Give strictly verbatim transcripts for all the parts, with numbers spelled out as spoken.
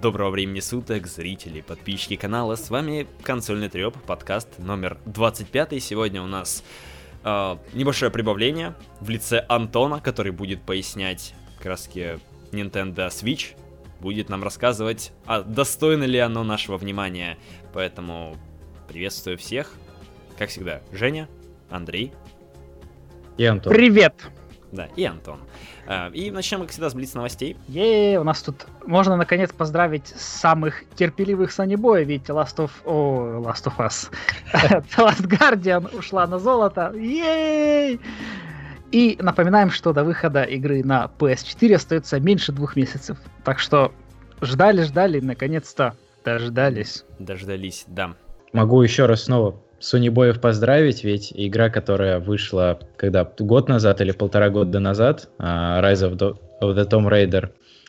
Доброго времени суток, зрители, подписчики канала. С вами Консольный Трёп, подкаст номер двадцать пять. Сегодня у нас э, небольшое прибавление в лице Антона, который будет пояснять как раз таки Nintendo Switch. Будет нам рассказывать, а достойно ли оно нашего внимания. Поэтому приветствую всех. Как всегда, Женя, Андрей. И Антон. Привет! Да, и Антон. И начнем, как всегда, с блиц-новостей. Е, у нас тут можно наконец поздравить самых терпеливых санебоев, ведь Last of... О, Last of Us. The Last Guardian ушла на золото. Ей! И напоминаем, что до выхода игры на пи эс четыре остается меньше двух месяцев. Так что ждали-ждали, наконец-то дождались. Дождались, да. Могу еще раз снова Сонибоев поздравить, ведь игра, которая вышла когда год назад или полтора года назад, Rise of the, of the Tomb Raider,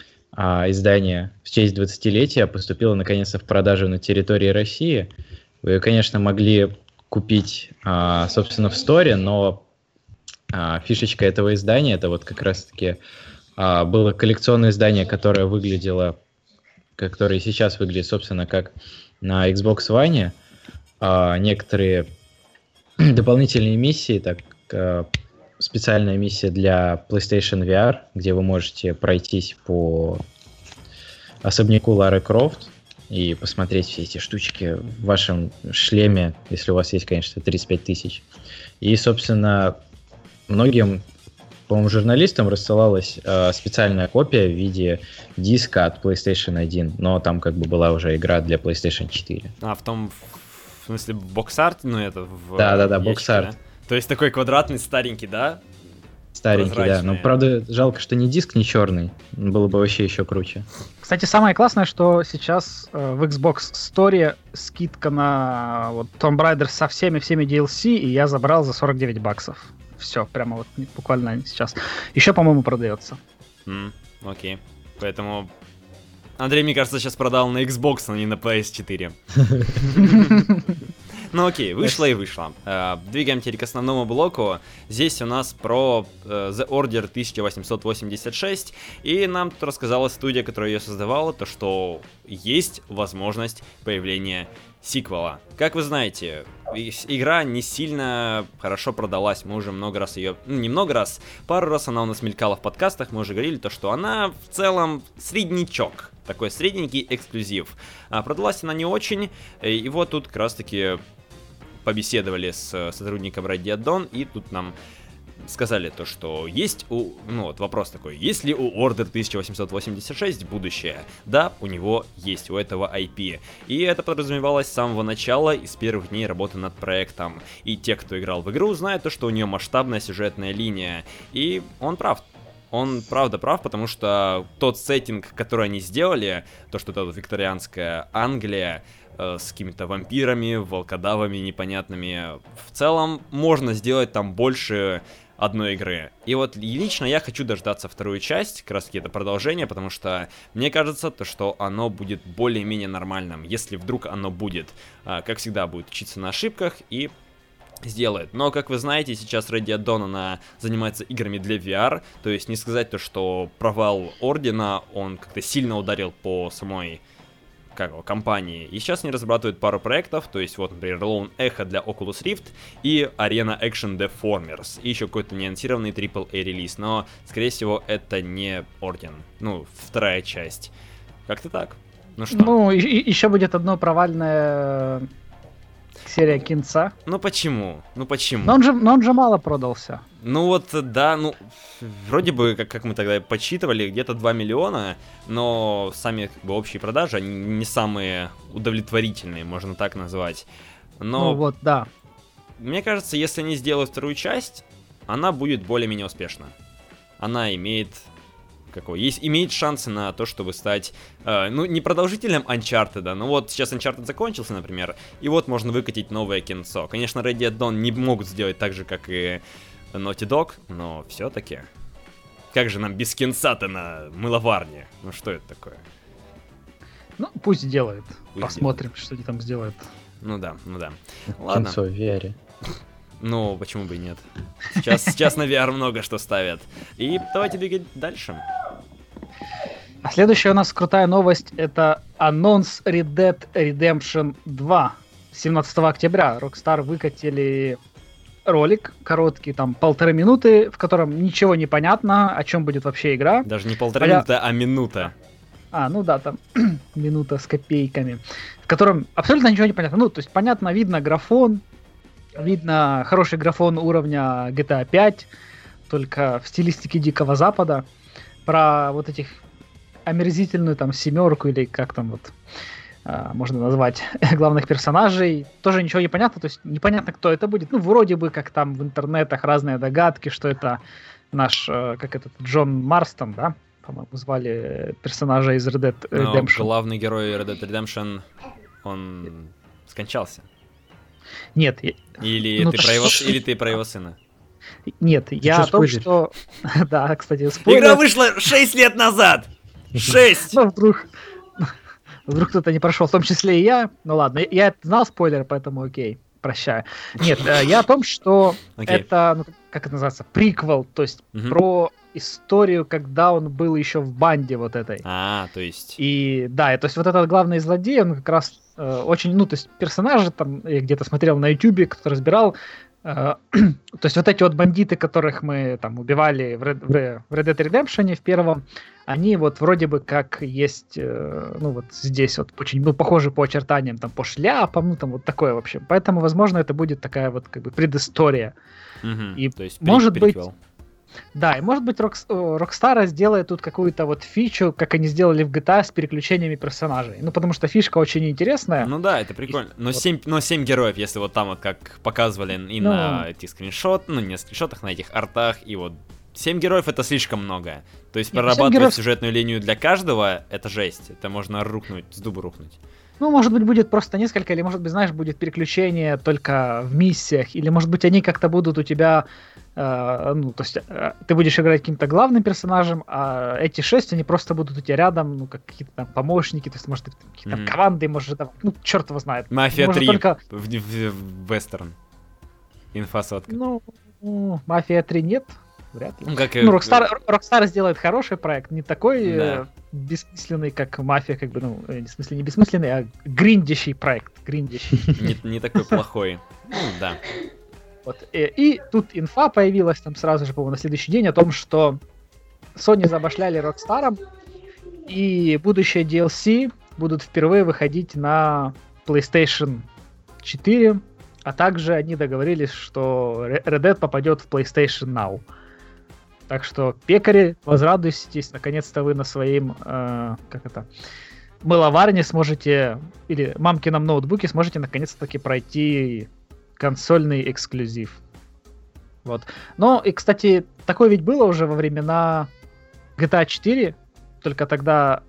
издание в честь двадцатилетия, поступила наконец-то в продажу на территории России. Вы ее, конечно, могли купить, собственно, в сторе, но фишечка этого издания, это вот как раз-таки было коллекционное издание, которое выглядело, которое сейчас выглядит, собственно, как на Xbox One. Uh, некоторые дополнительные миссии, так uh, специальная миссия для PlayStation ви ар, где вы можете пройтись по особняку Лары Крофт и посмотреть все эти штучки в вашем шлеме, если у вас есть, конечно, тридцать пять тысяч. И, собственно, многим, по-моему, журналистам рассылалась uh, специальная копия в виде диска от PlayStation один, но там как бы была уже игра для PlayStation четыре. А, в том... В смысле, бокс-арт, ну это в... Да-да-да, бокс-арт. Да? То есть такой квадратный, старенький, да? Старенький, да. Но, правда, жалко, что не диск, не черный. Было бы вообще еще круче. Кстати, самое классное, что сейчас э, в Xbox Store скидка на вот, Tomb Raider со всеми-всеми ди эл си, и я забрал за сорок девять баксов. Все, прямо вот буквально сейчас. Еще, по-моему, продается. Mm, окей. Поэтому... Андрей, мне кажется, сейчас продал на Xbox, а не на пи эс четыре. Ну окей, вышло и вышло. Двигаем теперь к основному блоку. Здесь у нас про The Order тысяча восемьсот восемьдесят шесть. И нам тут рассказала студия, которая ее создавала, то что есть возможность появления сиквела. Как вы знаете, игра не сильно хорошо продалась. Мы уже много раз ее... Ну, не много раз. Пару раз она у нас мелькала в подкастах. Мы уже говорили, то, что она в целом среднячок. Такой средненький эксклюзив. А продалась она не очень. И вот тут как раз таки побеседовали с сотрудником Red Dead Dawn. И тут нам сказали то, что есть у... Ну вот вопрос такой. Есть ли у Order тысяча восемьсот восемьдесят шесть будущее? Да, у него есть, у этого ай пи. И это подразумевалось с самого начала и с первых дней работы над проектом. И те, кто играл в игру, знают то, что у нее масштабная сюжетная линия. И он прав. Он правда прав, потому что тот сеттинг, который они сделали, то, что это вот викторианская Англия, э, с какими-то вампирами, волкодавами непонятными, в целом можно сделать там больше одной игры. И вот лично я хочу дождаться вторую часть, как раз таки это продолжение, потому что мне кажется, то, что оно будет более-менее нормальным, если вдруг оно будет, э, как всегда, будет учиться на ошибках и сделает. Но, как вы знаете, сейчас Red Dead Dawn, она занимается играми для ви ар, то есть не сказать то, что провал Ордена, он как-то сильно ударил по самой как его, компании. И сейчас они разрабатывают пару проектов, то есть вот, например, Lone Echo для Oculus Rift и Arena Action Deformers, и еще какой-то неанонсированный трипл эй релиз, но, скорее всего, это не Орден, ну, вторая часть. Как-то так. Ну что? Ну, и- и- еще будет одно провальное... серия кинца. Ну почему? Ну почему? Но он же, но он же мало продался. Ну вот, да, ну, вроде бы, как, как мы тогда подсчитывали, где-то два миллиона, но сами как бы, общие продажи, они не самые удовлетворительные, можно так назвать. Но, Ну вот, да. мне кажется, если они сделают вторую часть, она будет более-менее успешна. Она имеет... Какой? Есть, имеет шансы на то, чтобы стать, э, ну, не продолжителем Uncharted, но вот сейчас Uncharted закончился, например, и вот можно выкатить новое кинцо. Конечно, Red Dead Dawn не могут сделать так же, как и Naughty Dog, но все-таки. Как же нам без кинца-то на мыловарне? Ну, что это такое? Ну, пусть делает. Пусть Посмотрим, делает. Что они там сделают. Ну да, ну да. Ладно. Кинцо в ви ар. Ну, почему бы и нет? Сейчас, сейчас на ви ар много что ставят. И давайте двигать дальше. А следующая у нас крутая новость — это анонс Red Dead Redemption два. семнадцатого октября Rockstar выкатили ролик короткий, там полторы минуты, в котором ничего не понятно, о чем будет вообще игра. Даже не полторы а минуты, я... а минута. А, ну да, там минута с копейками, в котором абсолютно ничего не понятно. Ну, то есть понятно, видно графон, видно хороший графон уровня джи ти эй пять, только в стилистике Дикого Запада. Про вот этих омерзительную там семерку или как там вот а, можно назвать главных персонажей, тоже ничего не понятно, то есть непонятно, кто это будет. Ну, вроде бы, как там в интернетах разные догадки, что это наш, как этот, Джон Марстон, да, по-моему, звали персонажа из Red Dead Redemption. Но главный герой Red Dead Redemption, он скончался. Нет. Или, ну, ты, про его, или ты про его сына? Нет, ты я о том, спойлер? Что... да, кстати, спойлер. Игра вышла шесть лет назад! шесть! Ну, вдруг... Вдруг кто-то не прошел, в том числе и я. Ну ладно, я знал спойлер, поэтому окей, прощаю. Нет, я о том, что это, ну, как это называется, приквел, то есть про историю, когда он был еще в банде вот этой. А, то есть... И да, и, то есть вот этот главный злодей, он как раз э, очень, ну, то есть персонажи, там, я где-то смотрел на ютубе, кто-то разбирал, э, то есть вот эти вот бандиты, которых мы там убивали в Red, в Red Dead Redemption в первом, они вот вроде бы как есть, э, ну, вот здесь вот очень, ну, похожи по очертаниям, там, по шляпам, ну, там вот такое вообще. Поэтому, возможно, это будет такая вот как бы предыстория. Угу, и то есть может приквел. быть... Да, и может быть Rockstar сделает тут какую-то вот фичу, как они сделали в джи ти эй с переключениями персонажей. Ну, потому что фишка очень интересная. Ну да, это прикольно. Но, вот. семь, но семь героев, если вот там вот как показывали и ну... на этих скриншотах, ну не на скриншотах, на этих артах, и вот семь героев это слишком много. То есть Нет, прорабатывать героев... сюжетную линию для каждого это жесть. Это можно рухнуть, с дуба рухнуть. Ну, может быть, будет просто несколько, или, может быть, знаешь, будет переключение только в миссиях, или, может быть, они как-то будут у тебя, э, ну, то есть, э, ты будешь играть каким-то главным персонажем, а эти шесть, они просто будут у тебя рядом, ну, как какие-то там помощники, то есть, может, какие-то mm-hmm. команды, может, там, ну, черт его знает. Мафия может, три только... в, в, в вестерн. Инфосотка. Ну, Мафия три нет. Вряд ли. Ну, как, ну Rockstar, Rockstar сделает хороший проект, не такой да. э, бессмысленный, как Мафия, как бы, ну, в смысле не бессмысленный, а гриндящий проект, гриндящий. Не, не такой плохой, ну, да. Вот. И, и тут инфа появилась там сразу же, по-моему, на следующий день о том, что Sony забашляли Rockstar, и будущие ди эл си будут впервые выходить на PlayStation четыре, а также они договорились, что Red Dead попадет в PlayStation Now. Так что, пекари, возрадуйтесь, наконец-то вы на своим, э, как это, мыловарне сможете, или мамкином ноутбуке сможете наконец-таки пройти консольный эксклюзив. Вот. Но, и, кстати, такое ведь было уже во времена джи ти эй четыре, только тогда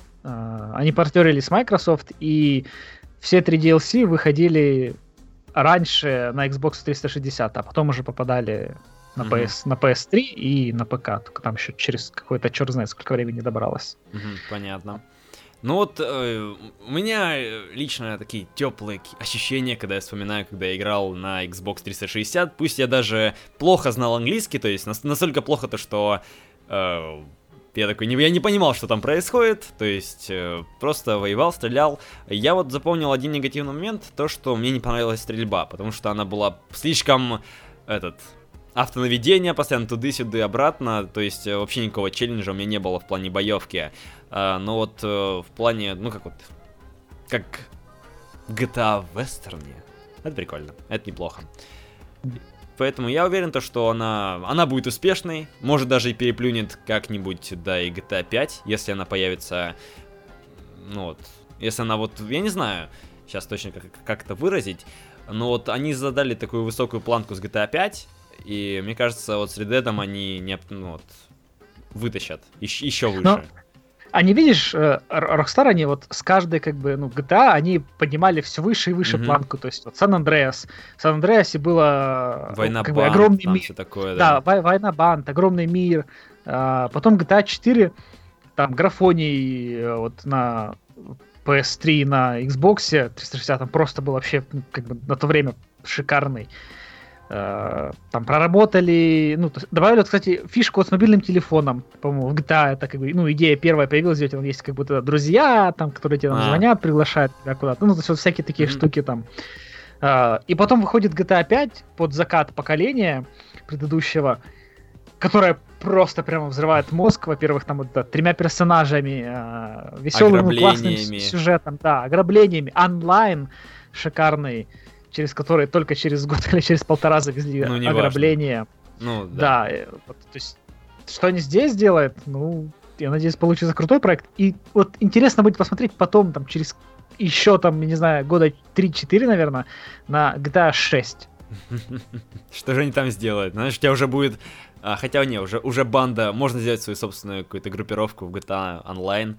э, они партнерились с Microsoft, и все три ди эл си выходили раньше на Xbox триста шестьдесят, а потом уже попадали... На, uh-huh. пи эс, на пи эс три и на ПК. Только там еще через какое-то черт знает сколько времени добралось. Uh-huh, понятно. Ну вот э, у меня лично такие теплые ощущения, когда я вспоминаю, когда я играл на Xbox триста шестьдесят. Пусть я даже плохо знал английский, то есть настолько плохо то, что э, я такой, не, я не понимал, что там происходит, то есть э, просто воевал, стрелял. Я вот запомнил один негативный момент, то, что мне не понравилась стрельба, потому что она была слишком этот... автонаведение, постоянно туды-сюды, обратно, то есть вообще никакого челленджа у меня не было в плане боевки. А, но вот в плане, ну как вот, как джи ти эй в вестерне, это прикольно, это неплохо. Поэтому я уверен, то, что она, она будет успешной, может даже и переплюнет как-нибудь, да, и джи ти эй пять, если она появится, ну вот, если она вот, я не знаю, сейчас точно как, как это выразить, но вот они задали такую высокую планку с джи ти эй пять, и мне кажется, вот с Red Dead'ом они не, ну, вот, вытащат еще, еще выше. Но, они, видишь, Rockstar, они вот с каждой, как бы, ну, джи ти эй, они поднимали все выше и выше mm-hmm. планку. То есть, вот, Сан-Андреас. В Сан-Андреасе было война как банд, бы, огромный там мир. Все такое, да. Да, война банд, огромный мир. А, потом джи ти эй четыре, там, графоний вот на пи эс три, на Xbox триста шестьдесят, там просто был вообще, как бы, на то время шикарный. э, там проработали, ну, то есть добавили, вот, кстати, фишку вот с мобильным телефоном, по-моему, в джи ти эй, это как бы, ну, идея первая появилась, где там есть как будто друзья, там, которые тебе там А. звонят, приглашают тебя куда-то, ну, то есть вот всякие такие Мгм. штуки там. А, и потом выходит джи ти эй пять под закат поколения предыдущего, которая просто прямо взрывает мозг, во-первых, там вот да, тремя персонажами, э, веселым, классным Ограблениями. с- сюжетом, да, ограблениями, онлайн шикарный, через который только через год или через полтора завезли Ну, неважно. ограбление. Ну, да. Да, э, вот, то есть, что они здесь делают, ну, я надеюсь, получится крутой проект. И вот интересно будет посмотреть потом, там, через еще, там, я не знаю, года три-четыре, наверное, на джи ти эй шесть. Что же они там сделают? Знаешь, у тебя уже будет... а, хотя не, уже, уже банда, можно сделать свою собственную какую-то группировку в джи ти эй онлайн.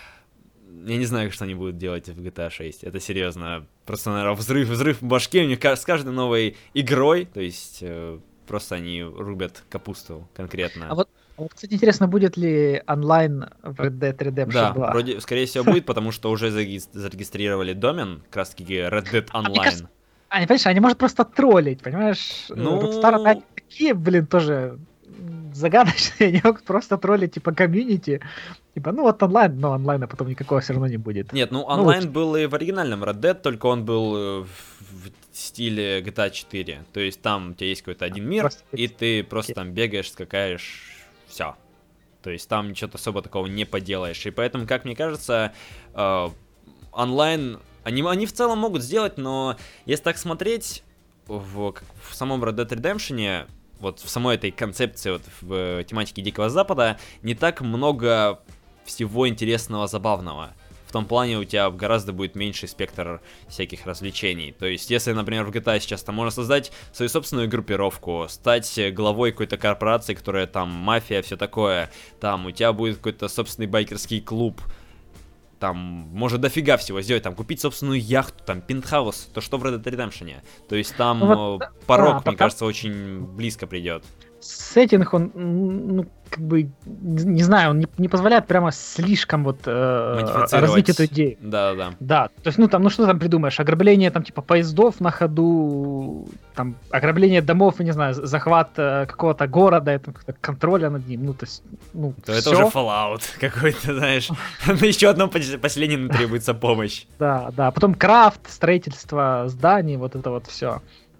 Я не знаю, что они будут делать в джи ти эй шесть. Это серьезно. Просто, наверное, взрыв, взрыв в башке у них ка- с каждой новой игрой. То есть, э, просто они рубят капусту конкретно. А вот, а вот, кстати, интересно, будет ли онлайн в Red Dead Redemption Да, два? вроде, скорее всего, будет, потому что уже заги- зарегистрировали домен, как раз таки Red Dead А мне Online. кажется, Они, понимаешь, они, может, просто троллить, понимаешь? Ну- Rockstar опять такие, блин, тоже м, загадочные, они могут просто троллить, типа, комьюнити. Типа, ну вот онлайн, но онлайна потом никакого все равно не будет. Нет, ну Ну, онлайн лучше. был и в оригинальном Red Dead, только он был э, в, в стиле джи ти эй четыре. То есть там у тебя есть какой-то один мир, Просто и ты просто окей. там бегаешь, скакаешь, все. То есть там ничего особо такого не поделаешь. И поэтому, как мне кажется, э, онлайн они, они в целом могут сделать, но если так смотреть, в, как в самом Red Dead Redemption, вот в самой этой концепции, вот в тематике Дикого Запада, не так много всего интересного, забавного. В том плане у тебя гораздо будет меньший спектр всяких развлечений. То есть, если, например, в джи ти эй сейчас там можно создать свою собственную группировку, стать главой какой-то корпорации, которая там мафия, все такое, там у тебя будет какой-то собственный байкерский клуб, там, может дофига всего сделать, там, купить собственную яхту, там, пентхаус, то что в Red Dead Redemption. То есть там Ну вот, э, порог, да, мне пока- кажется, очень близко придет. Сеттинг, он, м, ну, как бы, не не знаю, он не, не позволяет прямо слишком вот э, Модифицировать. развить эту идею. Да-да-да. Да, то есть, ну там, ну что там придумаешь? Ограбление там типа поездов на ходу, там ограбление домов, я не знаю, захват э, какого-то города, это как-то контроля над ним, ну то есть, ну То это всё. уже Fallout какой-то, знаешь. На еще одном пос- поселении требуется помощь. Да, да, потом крафт, строительство зданий, вот это вот все.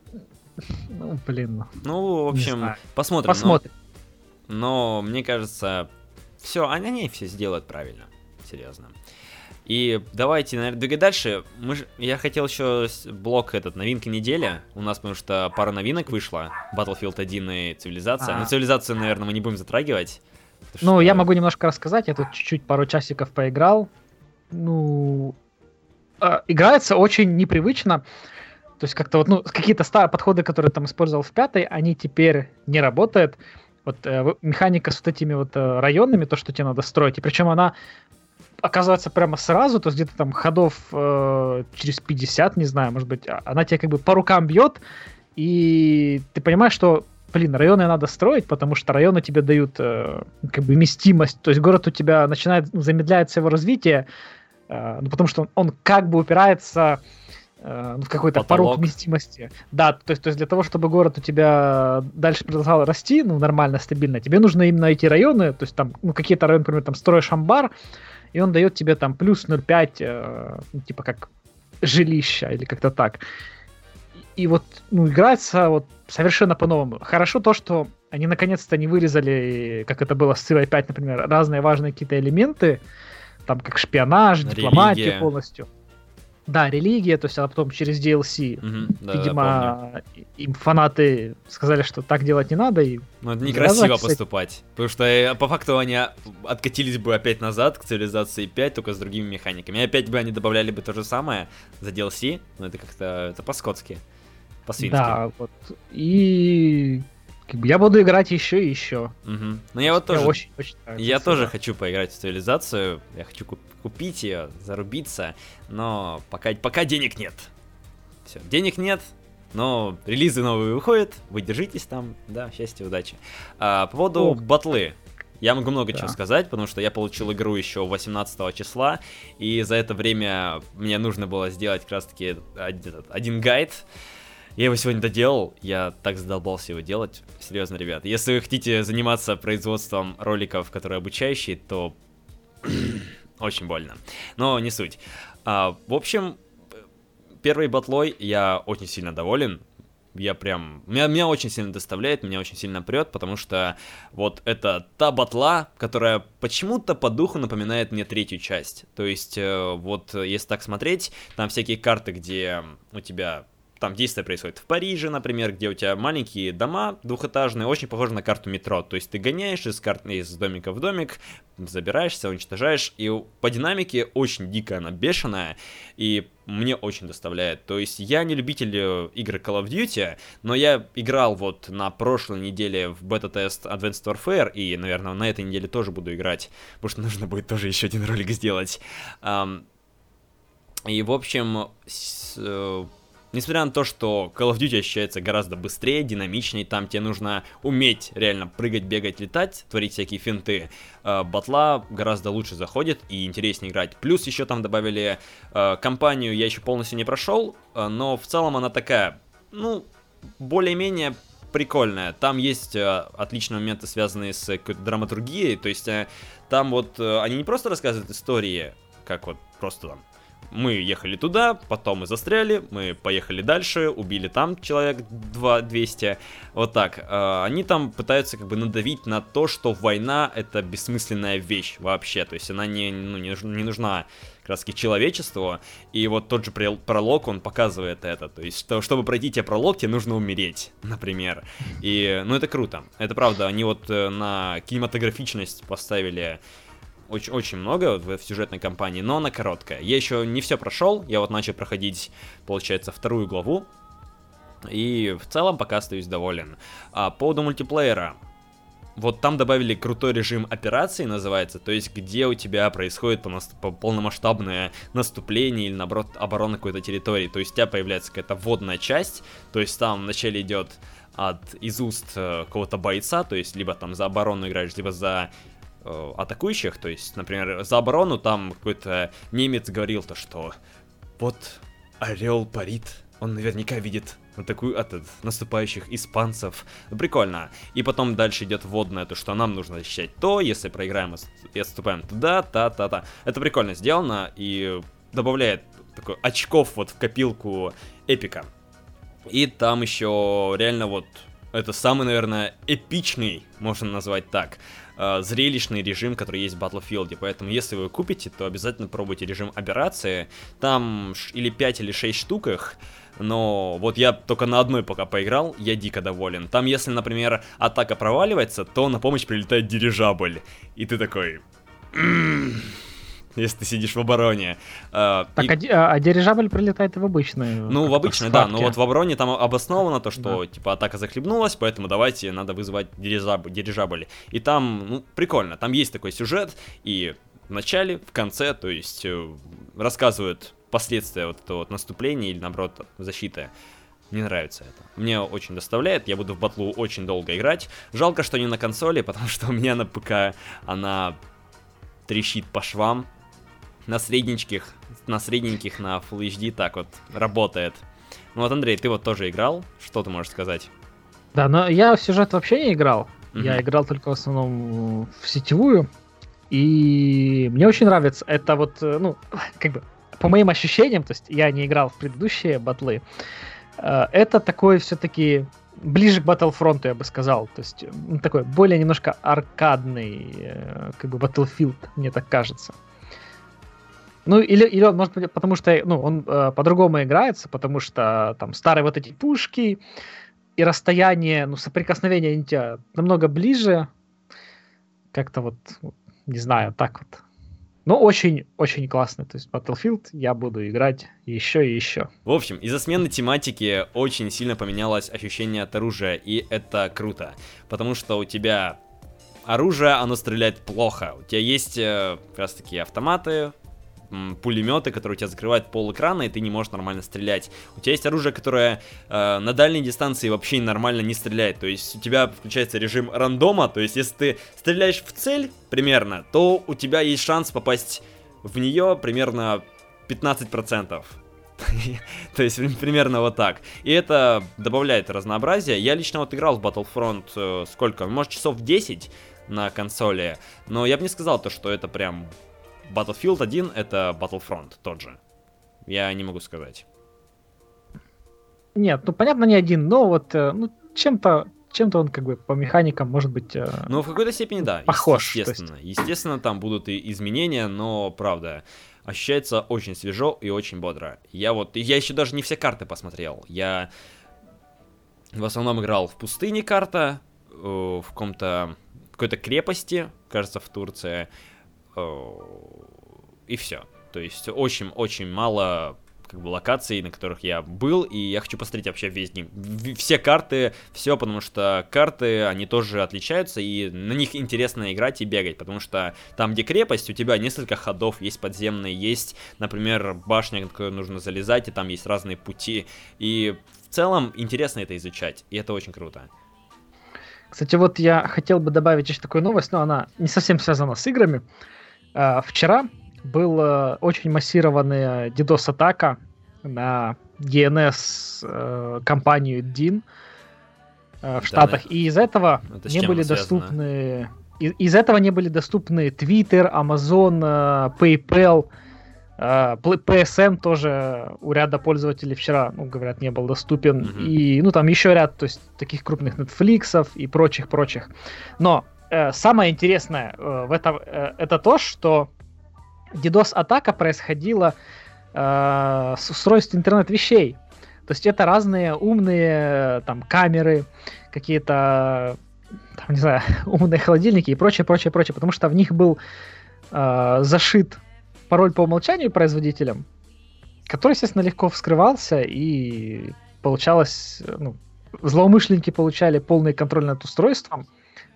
Ну, блин, Ну, в Не общем, знаю. посмотрим. но- посмотрим. Но, мне кажется, все, они, они все сделают правильно. Серьезно. И давайте, наверное, двигать дальше. Мы ж- Я хотел еще с- блок этот, новинка недели. У нас, потому что пара новинок вышла. Battlefield один и Цивилизация. А. Но Цивилизацию, наверное, мы не будем затрагивать. потому Ну, что- я могу немножко рассказать, я тут чуть-чуть пару часиков поиграл. Ну, э, играется очень непривычно. То есть как-то вот, ну, какие-то старые подходы, которые там использовал в пятой, они теперь не работают. Вот э, в- механика с вот этими вот э, районами, то, что тебе надо строить, и причем она оказывается прямо сразу, то есть где-то там ходов э, через пятьдесят, не знаю, может быть, а- она тебе как бы по рукам бьет, и ты понимаешь, что, блин, районы надо строить, потому что районы тебе дают э, как бы вместимость, то есть город у тебя начинает, ну, замедляется его развитие, э, ну, потому что он, он как бы упирается э, в какой-то Потолок. порог вместимости. Да, то есть, то есть для того, чтобы город у тебя дальше продолжал расти, ну, нормально, стабильно, тебе нужно именно эти районы, то есть там, ну, какие-то районы, например, там строишь амбар, и он дает тебе там плюс ноль целых пять, э, ну, типа как жилища или как-то так. И, и вот, ну, играется вот совершенно по-новому. Хорошо то, что они наконец-то не вырезали, как это было с Цивой пять, например, разные важные какие-то элементы, там как шпионаж, Религия. дипломатия полностью. Да, религия, то есть она потом через ди эл си. Мгм, да, да, помню. Видимо, им фанаты сказали, что так делать не надо, и Ну, это Да, некрасиво да, кстати. поступать. Потому что э, по факту они а, откатились бы опять назад к Цивилизации пять, только с другими механиками. И опять бы они добавляли бы то же самое за ди эл си, но это как-то это по-скотски. По-свински. да, вот. И как бы я буду играть еще и еще. Мгм. Ну я вот Мне тоже... очень, очень нравится Я эта тоже игра. хочу поиграть в Цивилизацию, я хочу куп- купить ее, зарубиться, но пока, пока денег нет. Все, денег нет, но релизы новые выходят, вы держитесь там, да, счастья, удачи. А, по поводу Ох. батлы. Я могу много Да. чего сказать, потому что я получил игру еще восемнадцатого числа, и за это время мне нужно было сделать как раз таки один, этот, один гайд. Я его сегодня доделал, я так задолбался его делать. Серьезно, ребят. Если вы хотите заниматься производством роликов, которые обучающие, то очень больно. Но не суть. А, в общем, первой батлой я очень сильно доволен. Я прям... Меня, меня очень сильно доставляет, меня очень сильно прет, потому что вот это та батла, которая почему-то по духу напоминает мне третью часть. То есть, э, вот если так смотреть, там всякие карты, где у тебя... Там действие происходит в Париже, например, где у тебя маленькие дома двухэтажные, очень похожи на карту метро. То есть ты гоняешь из, карт... из домика в домик, забираешься, уничтожаешь, и по динамике очень дико она бешеная, и мне очень доставляет. То есть я не любитель игр Call of Duty, но я играл вот на прошлой неделе в бета-тест Advanced Warfare, и, наверное, на этой неделе тоже буду играть, потому что нужно будет тоже еще один ролик сделать. И, в общем... С... Несмотря на то, что Call of Duty ощущается гораздо быстрее, динамичнее, там тебе нужно уметь реально прыгать, бегать, летать, творить всякие финты, э, батла гораздо лучше заходит и интереснее играть. Плюс еще там добавили э, кампанию, я еще полностью не прошел, э, но в целом она такая, ну, более-менее прикольная. Там есть э, отличные моменты, связанные с какой-то драматургией, то есть э, там вот э, они не просто рассказывают истории, как вот просто там, мы ехали туда, потом мы застряли, мы поехали дальше, убили там человек двести, вот так. Они там пытаются как бы надавить на то, что война — это бессмысленная вещь вообще, то есть она не, ну, не, не нужна как раз таки человечеству, и вот тот же пролог, он показывает это, то есть что, чтобы пройти тебе пролог, тебе нужно умереть, например, и, ну, это круто, это правда, они вот на кинематографичность поставили Очень, очень много в, в сюжетной кампании, но она короткая. Я еще не все прошел, я вот начал проходить, получается, вторую главу, и в целом пока остаюсь доволен. А по поводу мультиплеера, вот там добавили крутой режим операции, называется, то есть где у тебя происходит полномасштабное наступление или, наоборот, оборона какой-то территории, то есть у тебя появляется какая-то вводная часть, то есть там вначале идет от, из уст э, какого-то бойца, то есть либо там за оборону играешь, либо за атакующих, то есть, например, за оборону там какой-то немец говорил то, что вот орел парит, он наверняка видит атаку... от наступающих испанцев. Ну, прикольно. И потом дальше идет вводное, то, что нам нужно защищать то, если проиграем и отступаем туда, та-та-та. Это прикольно сделано и добавляет такой очков вот в копилку эпика. И там еще реально вот это самый, наверное, эпичный, можно назвать так, зрелищный режим, который есть в Battlefield, поэтому если вы купите, то обязательно пробуйте режим операции, там или пять или шесть штук их, но вот я только на одной пока поиграл, я дико доволен. Там если, например, атака проваливается, то на помощь прилетает дирижабль, и ты такой... Если ты сидишь в обороне. Так, и... а, а дирижабль прилетает в обычную. Ну, в обычную, да, но вот в обороне там обосновано то, что, да, типа, атака захлебнулась, поэтому давайте, надо вызвать дирижабль. дирижабль. И там, ну, прикольно, там есть такой сюжет, и в начале, в конце, то есть, рассказывают последствия вот этого вот наступления или, наоборот, защиты. Мне нравится это. Мне очень доставляет, я буду в батлу очень долго играть. Жалко, что не на консоли, потому что у меня на ПК она трещит по швам. На средненьких, на средненьких, на Full эйч ди так вот работает. Ну вот, Андрей, ты вот тоже играл, что ты можешь сказать? Да, но я в сюжет вообще не играл. Mm-hmm. Я играл только в основном в сетевую. И мне очень нравится. Это вот, ну, как бы, по моим ощущениям, то есть я не играл в предыдущие батлы, это такой все-таки ближе к Battlefront, я бы сказал. То есть такой более немножко аркадный, как бы, Battlefield, мне так кажется. Ну, или, или он, может быть, потому что, ну, он э, по-другому играется, потому что там старые вот эти пушки и расстояние, ну, соприкосновение они тебя намного ближе. Как-то вот, вот, не знаю, так вот. Ну, очень-очень классно. То есть Battlefield я буду играть еще и еще. В общем, из-за смены тематики очень сильно поменялось ощущение от оружия, и это круто. Потому что у тебя оружие, оно стреляет плохо. У тебя есть э, как раз таки автоматы, пулеметы, которые у тебя закрывают пол экрана, и ты не можешь нормально стрелять. У тебя есть оружие, которое э, на дальней дистанции вообще нормально не стреляет. То есть у тебя включается режим рандома, то есть если ты стреляешь в цель примерно, то у тебя есть шанс попасть в нее примерно пятнадцать процентов. То есть примерно вот так. И это добавляет разнообразия. Я лично вот играл в Battlefront э, сколько? Может, часов десять на консоли. Но я бы не сказал то, что это прям Battlefield один, это Battlefront тот же. Я не могу сказать. Нет, ну понятно, не один, но вот э, ну, чем-то, чем-то он как бы по механикам может быть э, Ну, в какой-то степени, да. похож. Естественно. Естественно, там будут и изменения, но правда. Ощущается очень свежо и очень бодро. Я вот, я еще даже не все карты посмотрел. Я в основном играл в пустыне карта, э, в каком-то, какой-то крепости, кажется, в Турции, э, и все. То есть очень-очень мало как бы локаций, на которых я был, и я хочу посмотреть вообще весь день, все карты, все, потому что карты, они тоже отличаются, и на них интересно играть и бегать, потому что там, где крепость, у тебя несколько ходов, есть подземные, есть, например, башня, на которую нужно залезать, и там есть разные пути, и в целом интересно это изучать, и это очень круто. Кстати, вот я хотел бы добавить еще такую новость, но она не совсем связана с играми. А, вчера была очень массированная DDoS-атака на ди эн эс-компанию э, дин э, в да, Штатах, и из этого не были доступны... Из, из этого не были доступны Twitter, Amazon, э, PayPal, э, пи эс эн тоже у ряда пользователей вчера, ну, говорят, не был доступен, mm-hmm. и, ну, там еще ряд, то есть, таких крупных Netflix'ов и прочих-прочих. Но э, самое интересное э, в этом, э, это то, что DDoS-атака происходила э, с устройств интернет-вещей. То есть это разные умные там камеры, какие-то, там, не знаю, умные холодильники и прочее, прочее, прочее. Потому что в них был э, зашит пароль по умолчанию производителем, который, естественно, легко вскрывался, и получалось, ну, злоумышленники получали полный контроль над устройством,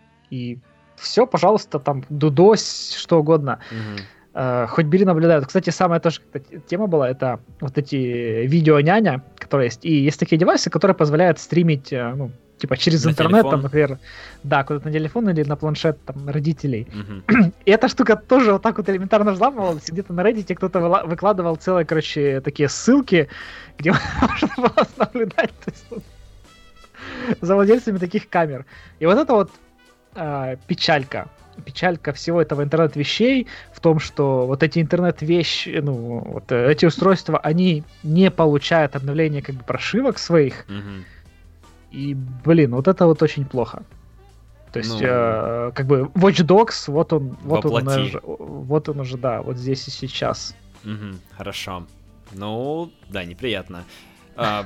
и все, пожалуйста, там, дудось, что угодно. Mm-hmm. Uh, хоть бери, наблюдают. Кстати, самая тоже тема была, это вот эти видео-няня, которые есть. И есть такие девайсы, которые позволяют стримить, ну, типа через на интернет, телефон? Там, например, да, куда-то на телефон или на планшет там, родителей. Uh-huh. И эта штука тоже вот так вот элементарно взламывалась. Где-то на Reddit кто-то выкладывал целые, короче, такие ссылки, где можно было наблюдать, то есть, ну, за владельцами таких камер. И вот это вот uh, печалька. Печалька всего этого интернет-вещей в том, что вот эти интернет-вещи, ну, вот эти устройства, они не получают обновления как бы прошивок своих. Mm-hmm. И, блин, вот это вот очень плохо. То есть, ну, э, как бы Watch Dogs, вот он, вот он, уже, вот он уже, да, вот здесь и сейчас. Mm-hmm. Хорошо. Ну, да, неприятно. А,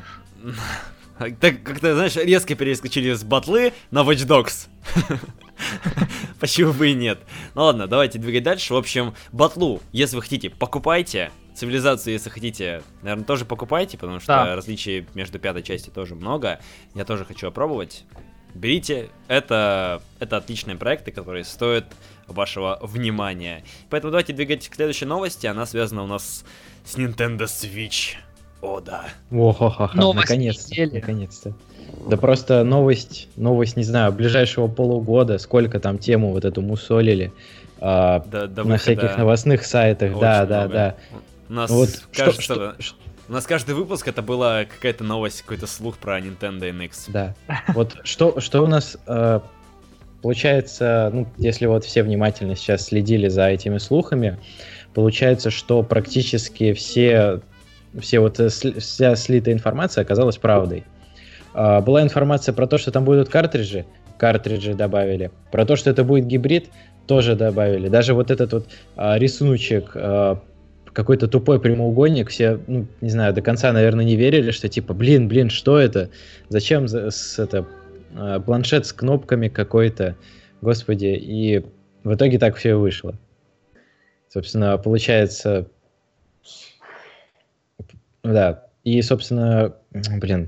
так как-то, знаешь, резко перескочили с батлы на Watch Dogs. Почему бы и нет? Ну ладно, давайте двигать дальше. В общем, батлу, если вы хотите, покупайте. Цивилизацию, если хотите, наверное, тоже покупайте, потому что да. различий между пятой частью тоже много. Я тоже хочу опробовать. Берите, это, это отличные проекты, которые стоят вашего внимания. Поэтому давайте двигать к следующей новости. Она связана у нас с Nintendo Switch. О, да. О-хо-хо-хо, наконец-то, наконец-то. Да просто новость, новость, не знаю, ближайшего полугода, сколько там тему вот эту мусолили а, да, на выхода всяких новостных сайтах, да, да, много. да. У нас, вот кажется, что, что, у нас каждый выпуск это была какая-то новость, какой-то слух про Nintendo эн икс. Да, вот что, что у нас э, получается, ну, если вот все внимательно сейчас следили за этими слухами, получается, что практически все, все вот, вся слитая информация оказалась правдой. Uh, была информация про то, что там будут картриджи, картриджи добавили. Про то, что это будет гибрид, тоже добавили. Даже вот этот вот uh, рисуночек, uh, какой-то тупой прямоугольник, все, ну, не знаю, до конца, наверное, не верили, что типа, блин, блин, что это? Зачем за, с, это, uh, планшет с кнопками какой-то? Господи, и в итоге так все вышло. Собственно, получается... Да, и, собственно, блин...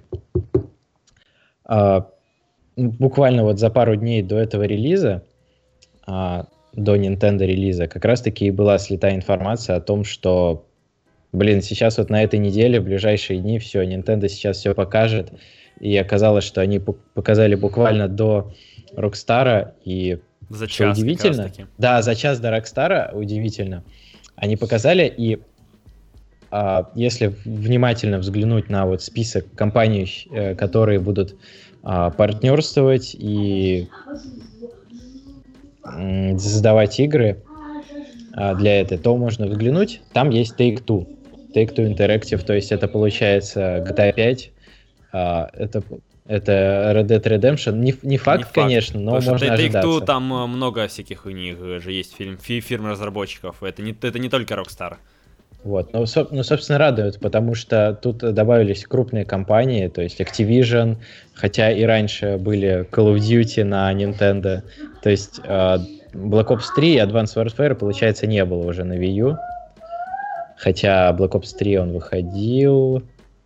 Uh, буквально вот за пару дней до этого релиза, uh, до Nintendo релиза, как раз-таки и была слита информация о том, что, блин, сейчас вот на этой неделе, в ближайшие дни, все, Nintendo сейчас все покажет, и оказалось, что они показали буквально до Rockstar, и за час, удивительно, да, за час до Rockstar, удивительно, они показали, и а, если внимательно взглянуть на вот список компаний, э, которые будут а, партнерствовать и м, создавать игры а, для этой, то можно взглянуть. Там есть Take-Two. Take-Two Interactive, то есть это получается джи ти эй пять, а, это... Это Red Dead Redemption. Не, не факт, не факт, конечно, но потому можно что ожидаться. Take-Two, там много всяких у них же есть фильм, фи, фирм разработчиков. Это не, это не только Rockstar. Вот. Ну, со, ну, собственно, радует, потому что тут добавились крупные компании, то есть Activision, хотя и раньше были Call of Duty на Nintendo. То есть э, Black Ops три и Advanced Warfare, получается, не было уже на Wii U. Хотя Black Ops три он выходил...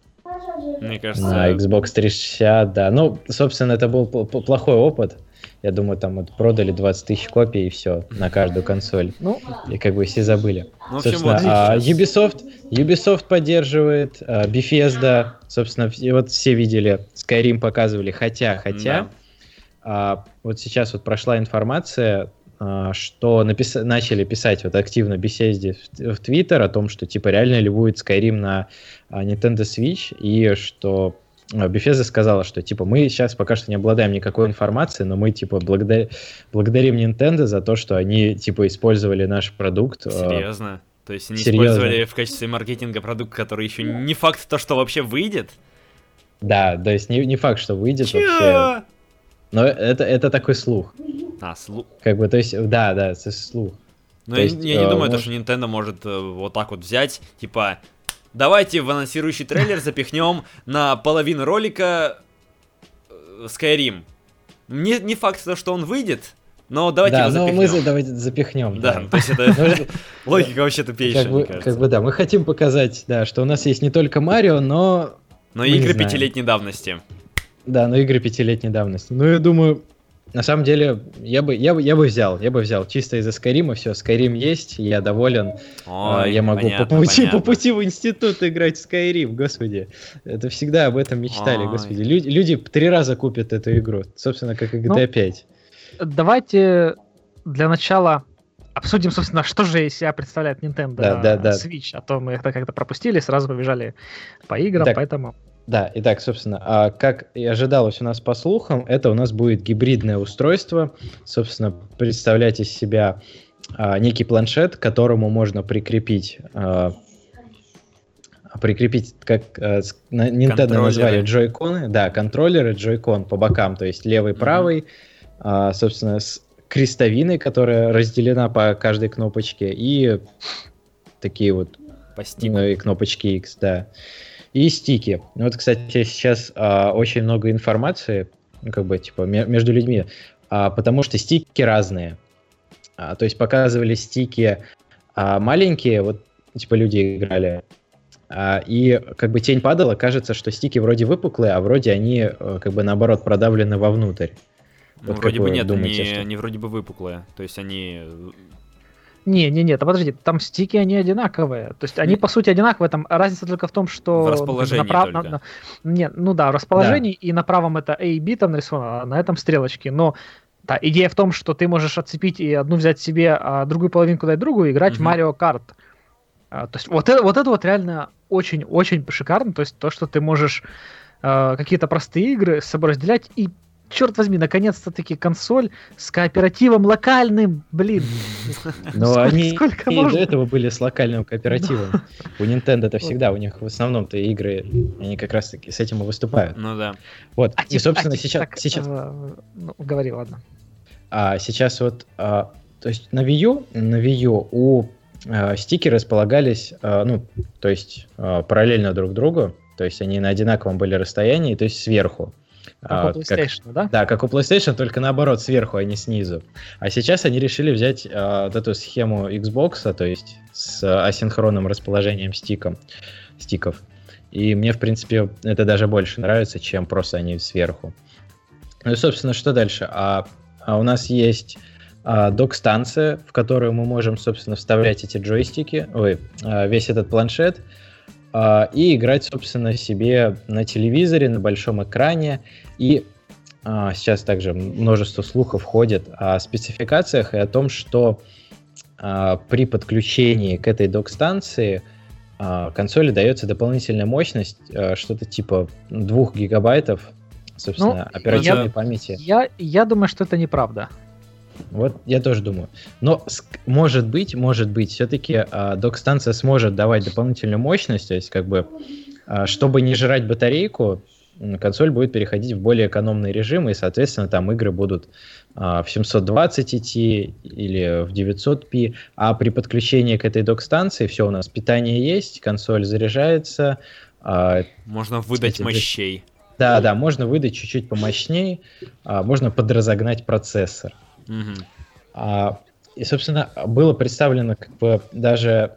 Мне кажется... На Xbox триста шестьдесят, да. Ну, собственно, это был плохой опыт. Я думаю, там вот продали двадцать тысяч копий и все на каждую консоль. Ну, и как бы все забыли. Ну, в общем, собственно, вот а, Ubisoft, Ubisoft поддерживает, а, Bethesda, собственно, и вот все видели, Skyrim показывали, хотя, хотя, да. а, вот сейчас вот прошла информация, а, что напис... начали писать вот активно Bethesda в, в Twitter о том, что типа реально ли будет Skyrim на а, Nintendo Switch, и что Bethesda сказала, что типа мы сейчас пока что не обладаем никакой информацией, но мы типа благодар... благодарим Nintendo за то, что они типа использовали наш продукт. Серьезно? То есть они Серьезно. использовали в качестве маркетинга продукт, который еще не факт то, что вообще выйдет? Да, то есть не, не факт, что выйдет Чё? вообще. Но это, это такой слух. А, слух. Как бы, то есть, да, да, это слух. Но То я, есть, я не э, думаю, может... что Nintendo может э, вот так вот взять, типа, давайте в анонсирующий трейлер запихнем на половину ролика э, Skyrim. Не, не факт, что он выйдет, но давайте да, его запихнем. Да, но мы давайте запихнем. Да, да. то есть это логика вообще тупейшая, как мне бы, кажется. как бы, да, мы хотим показать, да, что у нас есть не только Марио, но... Но и игры пятилетней давности. Да, но игры пятилетней давности. Ну, я думаю, на самом деле, я бы, я бы, я бы взял, я бы взял чисто из-за Скайрима, все, Скайрим есть, я доволен. Ой, я могу понятно, по, пути, понятно. по пути в институт играть в Скайрим, господи. Это всегда об этом мечтали, Ой. господи. Люди, люди три раза купят эту игру, собственно, как и джи ти эй пять. Давайте для начала обсудим, собственно, что же из себя представляет Nintendo Да, да, да. Switch, а то мы это как-то пропустили, сразу побежали по играм, Так. поэтому... Да, итак, собственно, а как и ожидалось у нас по слухам, это у нас будет гибридное устройство. Собственно, представлять из себя а, некий планшет, к которому можно прикрепить, а, прикрепить, как а, с- на- Nintendo назвали джойконы, да, контроллеры, джойкон по бокам, то есть левый, Мгм. правый, а, собственно, с крестовиной, которая разделена по каждой кнопочке, и такие вот По стику. ну и кнопочки X, да. И стики. Ну, Вот, кстати, сейчас а, очень много информации, ну, как бы, типа, ме- между людьми, а, потому что стики разные. А, то есть показывали стики а, маленькие, вот, типа, люди играли, а, и как бы тень падала, кажется, что стики вроде выпуклые, а вроде они, э, как бы, наоборот, продавлены вовнутрь. Ну, Вот вроде как бы вы нет, думаете, они, что- они вроде бы выпуклые. То есть они... Не, не, не, да подожди, там стики, они одинаковые. То есть они, по сути, одинаковые. Там разница только в том, что... В расположении ну, как бы только. на- не, ну да, в расположении, и на правом это A и B там нарисовано, а на этом стрелочки. Но да, идея в том, что ты можешь отцепить и одну взять себе, а другую половинку дать другую, и играть в Мгм. Mario Kart. А, то есть вот это, вот это вот реально очень-очень шикарно. То есть то, что ты можешь э, какие-то простые игры с собой разделять и черт возьми, наконец-то-таки консоль с кооперативом локальным, блин. Но Сколько- они сколько и можно? до этого были с локальным кооперативом. У Nintendo это всегда, у них в основном-то игры, они как раз-таки с этим и выступают. Ну да. Вот, А и, тип- собственно, а тип- сейчас, так, сейчас, э, ну, говори, ладно. а, сейчас вот, а, то есть на Wii U, на Wii U у а, стики располагались, а, ну, то есть а, параллельно друг другу, то есть они на одинаковом были расстоянии, то есть сверху. Как А, у PlayStation, да? Да, как у PlayStation, только наоборот, сверху, а не снизу. А сейчас они решили взять а, вот эту схему Xbox, то есть с а, асинхронным расположением стиком, стиков. И мне, в принципе, это даже больше нравится, чем просто они сверху. Ну и, собственно, что дальше? А, а у нас есть а, док-станция, в которую мы можем, собственно, вставлять эти джойстики, ой, а, весь этот планшет, а, и играть, собственно, себе на телевизоре, на большом экране. И а, сейчас также множество слухов ходит о спецификациях и о том, что а, при подключении к этой док-станции а, консоли дается дополнительная мощность, а, что-то типа двух гигабайтов, собственно, Ну, оперативной я- памяти. Я, я думаю, что это неправда. Вот я тоже думаю. Но ск- может быть, может быть, все-таки а, док-станция сможет давать дополнительную мощность, то есть как бы, а, чтобы не жрать батарейку, м, консоль будет переходить в более экономный режим, и, соответственно, там игры будут а, в семьсот двадцать идти или в девятьсот пи, а при подключении к этой док-станции все, у нас питание есть, консоль заряжается, а, Можно выдать Кстати, мощей. да, да, можно выдать чуть-чуть помощнее, а, можно подразогнать процессор. Мгм. А, и, собственно, было представлено как бы даже,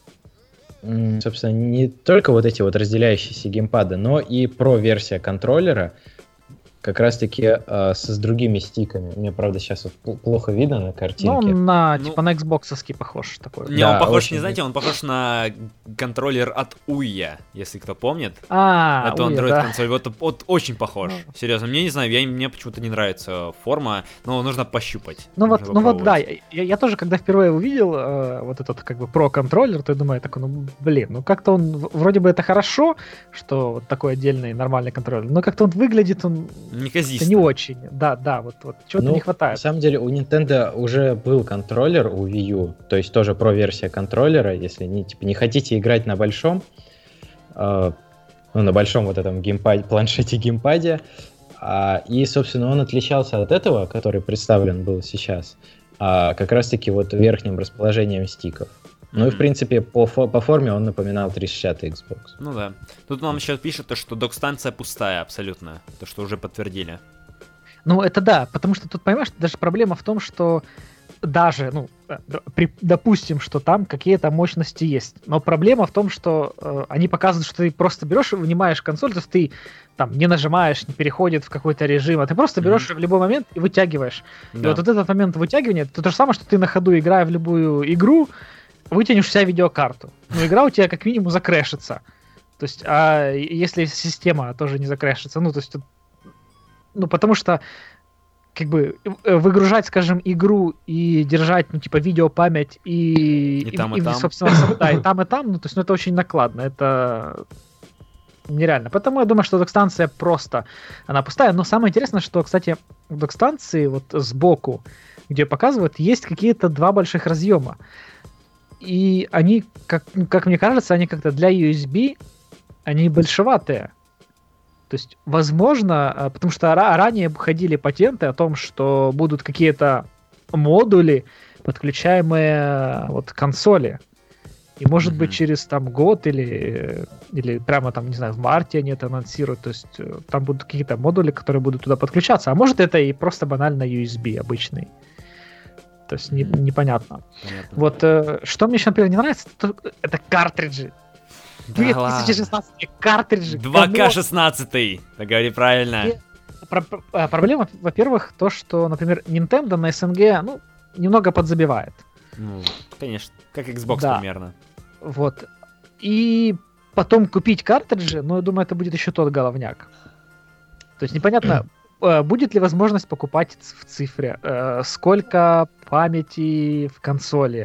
м, собственно, не только вот эти вот разделяющиеся геймпады, но и про-версия контроллера, как раз-таки а, с, с другими стиками. Мне, правда, сейчас вот пл- плохо видно на Ну, картинке. он на, Ну- типа, на Xbox-овский похож такой. Не, Да, он похож, очень не знаете, он похож на контроллер от Уя, если кто помнит. А, Это ой, Android да. консоль, вот, вот очень похож. Ну. Серьезно, мне не знаю, я, мне почему-то не нравится форма, но нужно пощупать. Ну вот, нужно ну вот, да, попробовать. я, я тоже, когда впервые увидел э, вот этот как бы про-контроллер, то я думаю, такой, ну блин, ну как-то он, в- вроде бы это хорошо, что вот такой отдельный нормальный контроллер, но как-то он выглядит, он Неказисто. это не очень. Да, да, вот, вот чего-то Ну, не На хватает. самом деле у Nintendo уже был контроллер у Wii U, то есть тоже про-версия контроллера, если не, типа, не хотите играть на большом, э, ну, на большом вот этом геймпаде, планшете-геймпаде, а, и, собственно, он отличался от этого, который представлен был сейчас, а, как раз-таки вот верхним расположением стиков. Ну и, в Мгм. принципе, по, фо- по форме он напоминал триста шестьдесят Xbox. Ну да. Тут нам еще пишут, то, что док-станция пустая абсолютно. То, что уже подтвердили. Ну, это да, потому что тут, понимаешь, даже проблема в том, что даже, ну, э, при- допустим, что там какие-то мощности есть, но проблема в том, что э, они показывают, что ты просто берешь и вынимаешь консоль, то есть ты там не нажимаешь, не переходит в какой-то режим, а ты просто берешь Мгм. в любой момент и вытягиваешь. И Да. вот, вот этот момент вытягивания, это то же самое, что ты на ходу, играя в любую игру, вытянешь вся видеокарту. Но игра у тебя как минимум закрэшится. То есть, а если система тоже не закрэшится, ну, то есть, тут- ну, потому что как бы э, выгружать, скажем, игру и держать, ну, типа, видеопамять и... И там, и там. собственно, сам- да, и там, и там, ну, то есть, ну, это очень накладно, это нереально. Поэтому я думаю, что док-станция просто, она пустая, но самое интересное, что, кстати, в док-станции вот сбоку, где показывают, есть какие-то два больших разъема. И они, как, ну, как мне кажется, они как-то для ю эс би, они большеватые. То есть, возможно, а, потому что ра- ранее ходили патенты о том, что будут какие-то модули, подключаемые а, вот к консоли. И, может быть, Мгм. через там год или, или прямо там, не знаю, в марте они это анонсируют. То есть, э, там будут какие-то модули, которые будут туда подключаться. А может, это и просто банально ю эс би обычный. То есть, не- Мгм. непонятно. Понятно. Вот, э, что мне еще, например, не нравится, это, это картриджи. Да две ладно. тысячи шестнадцатый картриджи. два ка камон. шестнадцать. Так говори правильно. И- Про- про- а, Проблема, во-первых, то, что, например, Nintendo на эс эн гэ, ну, немного подзабивает. Ну, конечно. Как Xbox Да. примерно. Вот. И потом купить картриджи, ну, я думаю, это будет еще тот головняк. То есть непонятно, э, будет ли возможность покупать ц- в цифре, э, сколько памяти в консоли,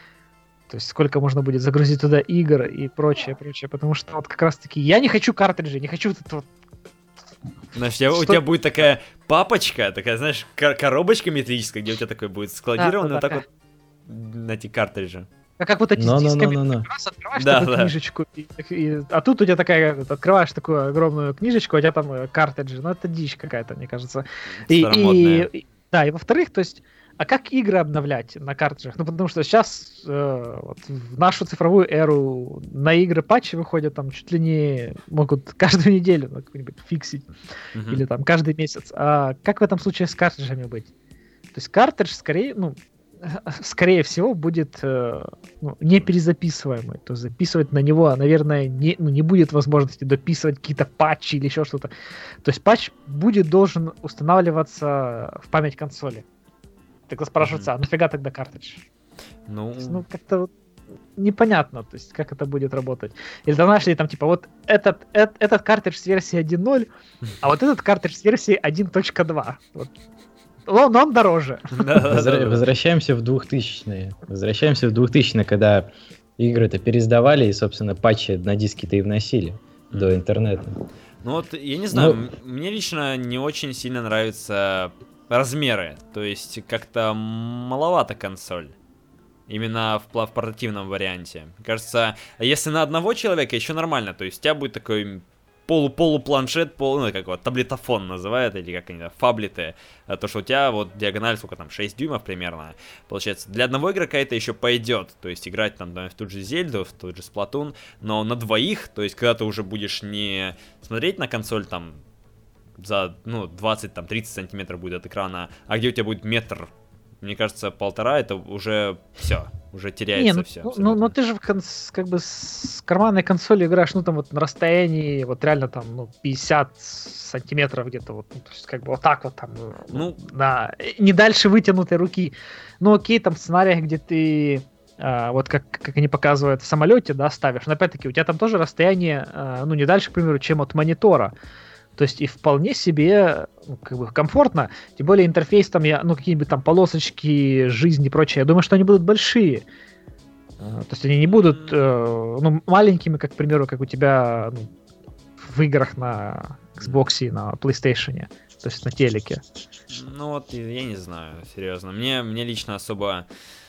то есть сколько можно будет загрузить туда игр и прочее, прочее, потому что вот как раз-таки я не хочу картриджи, не хочу вот это вот. Знаешь, у тебя, у Что- тебя будет такая папочка, такая, знаешь, кор- коробочка металлическая, где у тебя такой будет складировано Да, вот да, так вот на эти картриджи. А как вот эти с дисками, Но-но-но-но-но. раз открываешь Да, такую да. книжечку, и- и- а тут у тебя такая, вот, открываешь такую огромную книжечку, а у тебя там э, картриджи, ну это дичь какая-то, мне кажется. И, Старомодная. и- и- да, и во-вторых, то есть, а как игры обновлять на картриджах? Ну, потому что сейчас э, вот, в нашу цифровую эру на игры патчи выходят там чуть ли не могут каждую неделю ну, как-нибудь фиксить, Мгм. или там каждый месяц. А как в этом случае с картриджами быть? То есть картридж скорее, ну, скорее всего, будет э, ну, не перезаписываемый. То есть записывать на него, наверное, не, ну, не будет возможности дописывать какие-то патчи или еще что-то. То есть патч будет должен устанавливаться в память консоли. Тогда спрашивается, а нафига тогда картридж? Ну, То есть, ну, как-то вот непонятно, то есть, как это будет работать. Или там, знаешь ли, там, типа, вот этот, эт- этот картридж с версии один ноль, а вот этот картридж с версии один точка два. Вот. Но но он дороже. Возра- Возвращаемся в двухтысячные. Возвращаемся в двухтысячные, когда игры-то пересдавали, и, собственно, патчи на диски-то и вносили mm-hmm. до интернета. Ну вот, я не знаю, ну, мне лично не очень сильно нравятся размеры. То есть как-то маловато консоль. Именно в, в портативном варианте. Кажется, если на одного человека, еще нормально. То есть у тебя будет такой полу-полу-планшет, полу, ну, как вот, таблетофон называют, или как они, фаблеты. То, что у тебя вот диагональ, сколько там, шесть дюймов примерно. Получается, для одного игрока это еще пойдет. То есть играть там, там в ту же Зельду, в тот же Splatoon. Но на двоих, то есть когда ты уже будешь не смотреть на консоль там за, ну, двадцать-тридцать сантиметров будет от экрана, а где у тебя будет метр, мне кажется, полтора, это уже все, уже теряется не, ну, все. Ну, ну, но ты же в конс, как бы с карманной консолью играешь, ну, там вот на расстоянии, вот реально там, ну, пятьдесят сантиметров где-то, вот, ну, то есть как бы вот так вот там, ну, на, не дальше вытянутой руки. Ну, окей, там в сценариях, где ты, а, вот как, как они показывают в самолете, да, ставишь, но опять-таки у тебя там тоже расстояние, а, ну, не дальше, к примеру, чем от монитора. То есть и вполне себе, ну, как бы комфортно, тем более интерфейс там, я, ну, какие-нибудь там полосочки, жизнь и прочее, я думаю, что они будут большие. То есть они не будут, э, ну, маленькими, как, к примеру, как у тебя, ну, в играх на Xbox и на PlayStation, то есть на телеке. Ну вот, я не знаю, серьезно. Мне, мне лично особо...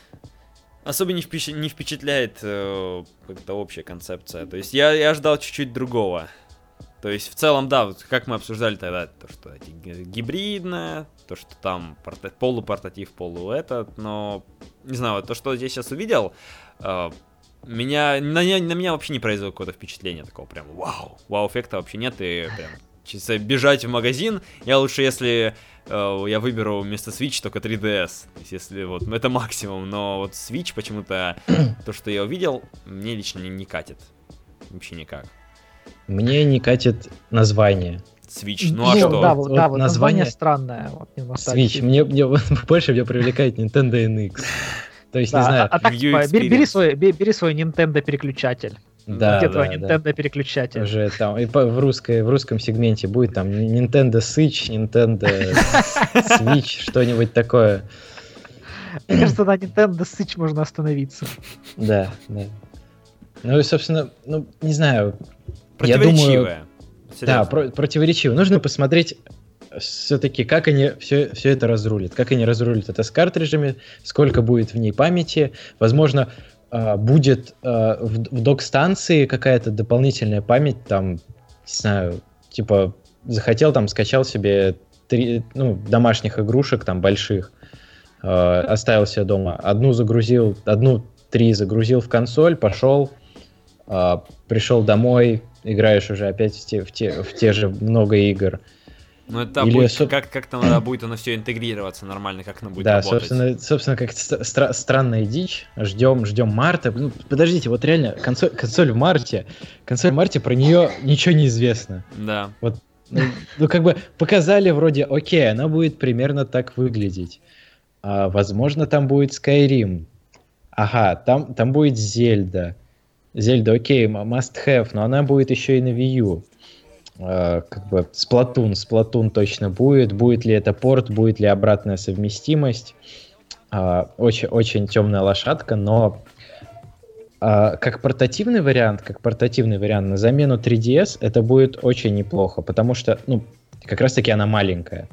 Особо не, впечат... не впечатляет э, как-то общая концепция. То есть я, я ждал чуть-чуть другого. То есть, в целом, да, вот как мы обсуждали тогда, то, что гибридное, то, что там порта- полупортатив, полу этот, но, не знаю, вот то, что я сейчас увидел, э, меня, на, на меня вообще не произвело какое-то впечатление такого прям вау, вау-эффекта вообще нет, и прям чисто бежать в магазин, я лучше, если э, я выберу вместо Switch только три ди эс, то есть, если вот, это максимум, но вот Switch почему-то, то, что я увидел, мне лично не, не катит, вообще никак. Мне не катит название. Switch, ну а ну, что? Да, вот, вот да, вот название... название странное. Вот, Switch, мне, мне больше меня привлекает Nintendo эн икс. То есть, да, не знаю... А, а так, типа, бери, бери, свой, бери свой Nintendo переключатель. Да, Где да, твой да. Nintendo переключатель? Уже там, и по, в, русской, в русском сегменте будет там Nintendo Switch, Nintendo Switch, что-нибудь такое. Мне кажется, на Nintendo Switch можно остановиться. Да, да. Ну и, собственно, ну, не знаю... Противоречивое. Да, про- противоречиво. Нужно посмотреть все-таки, как они все, все это разрулят. Как они разрулят это с картриджами, сколько будет в ней памяти. Возможно, э, будет э, в, в док-станции какая-то дополнительная память, там, не знаю, типа, захотел, там, скачал себе три, ну, домашних игрушек, там, больших, э, оставил себе дома. Одну загрузил, одну, три загрузил в консоль, пошел, э, пришел домой, играешь уже опять в те, в те, в те же много игр. Ну это Или будет, со... как, как-то надо будет оно все интегрироваться нормально, как оно будет да, работать. собственно, собственно, как стра- странная дичь. Ждем, ждем марта. Ну, подождите, вот реально, консоль, консоль в марте, консоль в марте, про нее ничего не известно. Да. Вот, ну, ну, как бы показали вроде, окей, она будет примерно так выглядеть. А, возможно, там будет Skyrim. Ага, там, там будет Зельда. Зельда, окей, must have, но она будет еще и на Wii U. Uh, как бы Splatoon, Splatoon точно будет. Будет ли это порт, будет ли обратная совместимость. Uh, очень, очень темная лошадка, но uh, как портативный вариант, как портативный вариант на замену три ди эс это будет очень неплохо, потому что, ну, как раз таки она маленькая.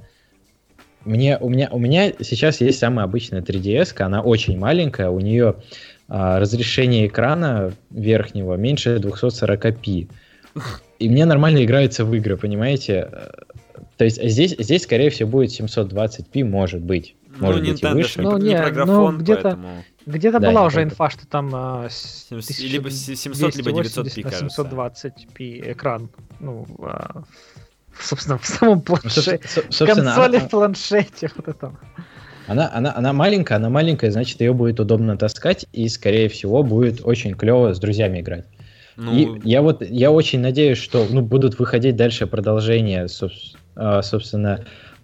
Мне, у, меня, у меня сейчас есть самая обычная три ди эс, она очень маленькая, у нее uh, разрешение экрана верхнего меньше двести сорок пи. И мне нормально играется в игры, понимаете? То есть здесь, здесь скорее всего, будет семьсот двадцать пи, может быть. Ну, может быть и выше. Ну, не не, прографон, ну, где-то, поэтому... где-то да, была уже только... инфа, что там а, либо семьсот, либо девятьсот пи, кажется. семьсот двадцать пи экран. Ну, а, собственно, в самом планшете. В консоли, она... в планшете. Вот это. Она, она, она маленькая, она маленькая, значит, ее будет удобно таскать, и, скорее всего, будет очень клево с друзьями играть. Ну... И я вот, я очень надеюсь, что, ну, будут выходить дальше продолжения, собственно,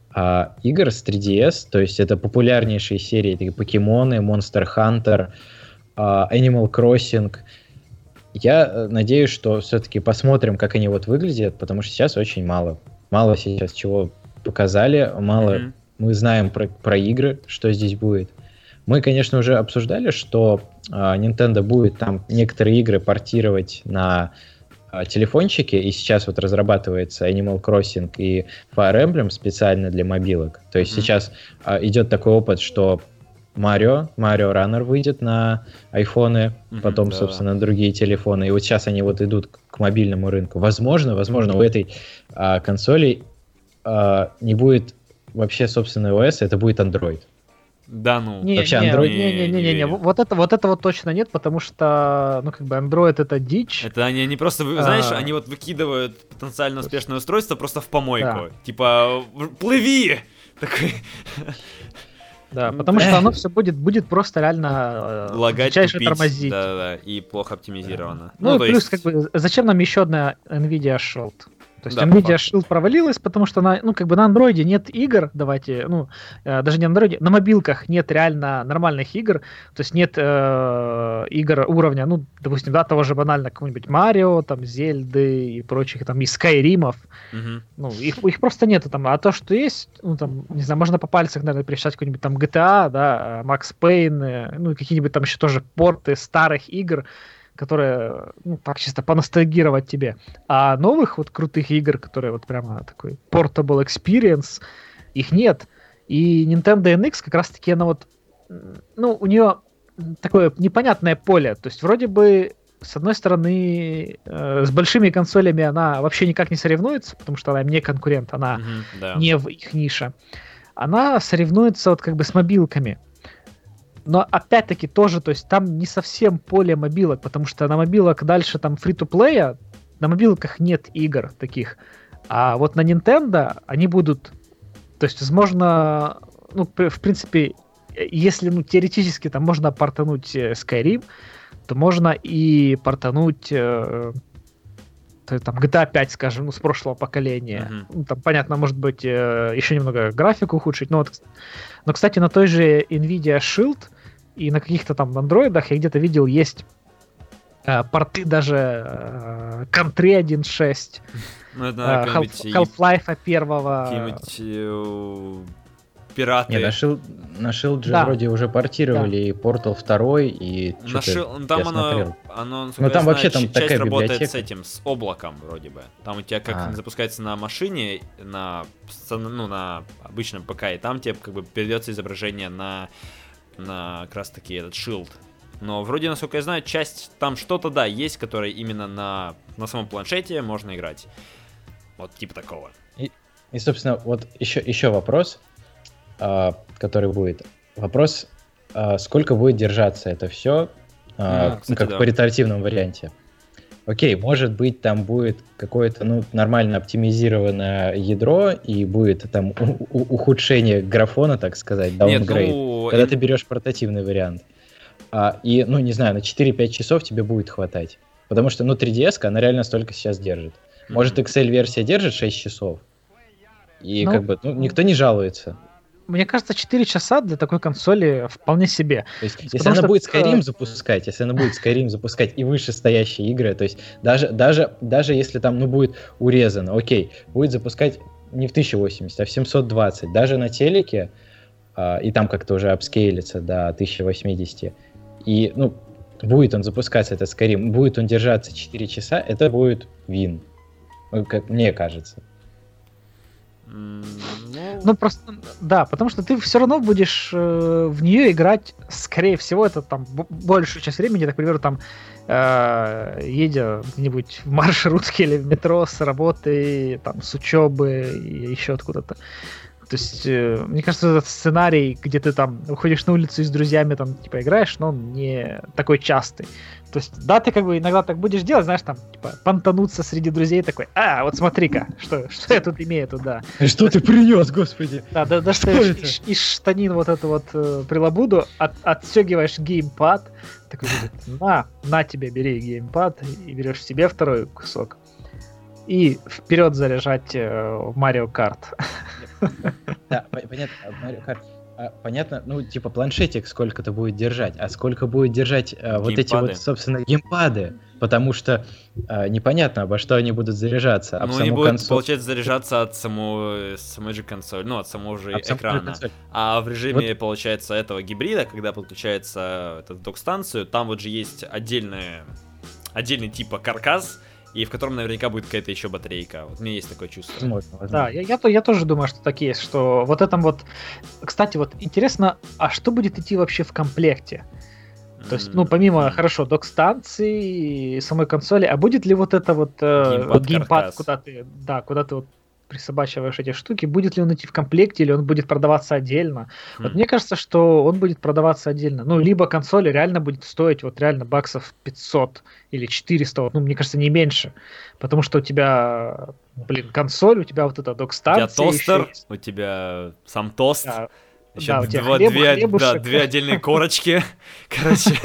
игр с три ди эс, то есть это популярнейшие серии, такие покемоны, Monster Hunter, Animal Crossing. Я надеюсь, что все-таки посмотрим, как они вот выглядят, потому что сейчас очень мало. Мало сейчас чего показали, мало mm-hmm. мы знаем про, про игры, что здесь будет. Мы, конечно, уже обсуждали, что а, Nintendo будет там некоторые игры портировать на а, телефончики, и сейчас вот разрабатывается Animal Crossing и Fire Emblem специально для мобилок. То есть mm-hmm. сейчас а, идет такой опыт, что Марио, Марио Runner выйдет на айфоны, mm-hmm, потом, да. собственно, на другие телефоны. И вот сейчас они вот идут к мобильному рынку. Возможно, возможно, у этой а, консоли а, не будет вообще собственной о эс, это будет Android. Да, ну. Не, вообще не, Android... не, не, не, не, не, вот это, вот этого точно нет, потому что, ну, как бы Android это дичь. Это они, они просто, а... знаешь, они вот выкидывают потенциально успешное устройство просто в помойку. Да. Типа, плыви! Такой... Да, потому что оно все будет, будет просто реально лагать, тупить, тормозить. Да, да, и плохо оптимизировано. Ну, ну плюс, есть... как бы, зачем нам еще одна NVIDIA Shield? То есть да, NVIDIA Shield провалилась, потому что на, ну, как бы на Android нет игр, давайте, ну, э, даже не на Android, на мобилках нет реально нормальных игр, то есть нет э, игр уровня, ну, допустим, да, того же банально какого-нибудь Марио, там, Зельды и прочих, там, и Скайримов, угу. ну, их, их просто нету там, а то, что есть, ну, там, не знаю, можно по пальцах, наверное, пересчитать какой-нибудь там джи ти эй, да, Max Payne, ну, и какие-нибудь там еще тоже порты старых игр, которые, ну, так чисто поностальгировать тебе. А новых вот крутых игр, которые вот прямо такой portable experience, их нет. И Nintendo эн икс как раз-таки она вот, ну, у нее такое непонятное поле. То есть вроде бы, с одной стороны, э, с большими консолями она вообще никак не соревнуется, потому что она им не конкурент, она mm-hmm, да. не в их нише. Она соревнуется вот как бы с мобилками. Но опять-таки тоже, то есть там не совсем поле мобилок, потому что на мобилок дальше там фри-то-плея, на мобилках нет игр таких. А вот на Nintendo они будут, то есть, возможно, ну, в принципе, если, ну, теоретически там можно портануть Skyrim, то можно и портануть э, там джи ти эй пять, скажем, ну, с прошлого поколения. Mm-hmm. Ну, там, понятно, может быть, э, еще немного графику ухудшить, но, вот, но, кстати, на той же NVIDIA Shield и на каких-то там андроидах я где-то видел, есть э, порты даже э, Country один точка шесть, ну, это, э, Half- Half-Life первого. Какие-нибудь э, пираты. Не, на Shield, на Shield же да. вроде уже портировали да. и Portal два, и на Shield, там оно, оно, ну, там вообще там часть такая работает библиотека. с этим, с облаком вроде бы. Там у тебя как а. запускается на машине, на, ну, на обычном ПК, и там тебе как бы передается изображение на, на как раз таки этот Shield. Но вроде, насколько я знаю, часть там что-то, да, есть, которая именно на, на самом планшете можно играть. Вот типа такого. И, и собственно, вот еще, еще вопрос. Uh, который будет. Вопрос, uh, сколько будет держаться это все, uh, mm, кстати, как да. в паритативном варианте. Окей, может быть, там будет какое-то, ну, нормально оптимизированное ядро, и будет там у- у- ухудшение графона, так сказать, downgrade, ну, когда и... ты берешь портативный вариант. Uh, и, ну, не знаю, на четыре-пять часов тебе будет хватать. Потому что, ну, три ди эс, она реально столько сейчас держит. Mm-hmm. Может, икс эль-версия держит шесть часов, и ну, как бы, ну, никто не жалуется. Мне кажется, четыре часа для такой консоли вполне себе. То есть, если она что... будет Skyrim запускать, если она будет Skyrim запускать и вышестоящие игры, то есть даже, даже, даже если там, ну, будет урезано, окей, будет запускать не в тысяча восемьдесят, а в семьсот двадцать, даже на телеке, а, и там как-то уже апскейлится до тысяча восемьдесят, и, ну, будет он запускаться, этот Skyrim, будет он держаться четыре часа, это будет вин, как мне кажется. Ну, просто, да, потому что ты все равно будешь э, в нее играть, скорее всего, это там б- большую часть времени, так, к примеру, там, э, едя где-нибудь в маршрутке или в метро с работы, там, с учебы и еще откуда-то. То есть, э, мне кажется, этот сценарий, где ты там уходишь на улицу и с друзьями там, типа, играешь, но он не такой частый. То есть, да, ты как бы иногда так будешь делать, знаешь, там, типа, понтануться среди друзей такой, а, вот смотри-ка, что, что я тут имею туда. Что ты принес, господи? Да, да, достаешь из, из штанин вот эту вот э, прилабуду, от, отстегиваешь геймпад, такой, на, на тебе, бери геймпад, и берешь себе второй кусок. И вперед заряжать э, в Mario Kart. Да, понятно, Mario Kart. А, понятно, ну, типа, планшетик сколько-то будет держать, а сколько будет держать а, вот эти вот, собственно, геймпады. потому что э, непонятно, обо что они будут заряжаться. Об Ну, саму они будут, консоль. получается, заряжаться от самой, самой же консоли, ну, от самого же Об самой экрана. консоли. А в режиме, Вот. получается, этого гибрида, когда подключается этот док-станцию, там вот же есть отдельный, отдельный типа каркас, и в котором наверняка будет какая-то еще батарейка. Вот у меня есть такое чувство. Возможно, возможно. Да, я, я, то- я тоже думаю, что так есть, что вот этом вот... Кстати, вот интересно, а что будет идти вообще в комплекте? То есть, ну, помимо, М. хорошо, док-станции и самой консоли, а будет ли вот это вот э, Геймпад, геймпад, каркас. куда ты, да, куда ты вот присобачиваешь эти штуки, будет ли он идти в комплекте, или он будет продаваться отдельно? Вот Хм. мне кажется, что он будет продаваться отдельно. Ну, либо консоль реально будет стоить вот реально баксов пятьсот или четыреста, вот, ну, мне кажется, не меньше. Потому что у тебя, блин, консоль, у тебя вот эта У тебя док-станция. тостер, ещё есть. у тебя сам тост, Да, еще да, у тебя два- хлеб- две, да, хлебушек. две отдельные корочки. Короче,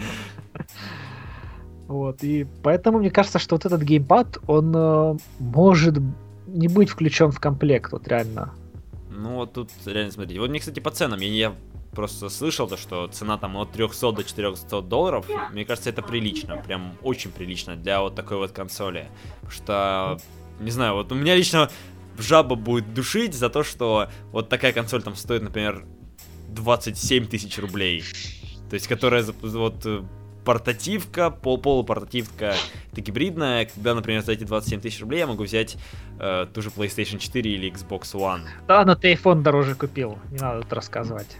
Вот, и поэтому мне кажется, что вот этот геймпад, он э, может не быть включен в комплект, вот реально. ну вот тут реально смотрите. Вот мне, кстати, по ценам, я, я просто слышал, то, что цена там от трехсот до четырехсот долларов. Мне кажется, это прилично, прям очень прилично для вот такой вот консоли. Потому что, не знаю, вот у меня лично жаба будет душить за то, что вот такая консоль там стоит, например, двадцать семь тысяч рублей. То есть, которая зап- вот э, портативка, пол полупортативка, это гибридная. Когда, например, за эти двадцать семь тысяч рублей я могу взять э, ту же PlayStation четыре или Xbox One. Да, но ты iPhone дороже купил, не надо тут рассказывать.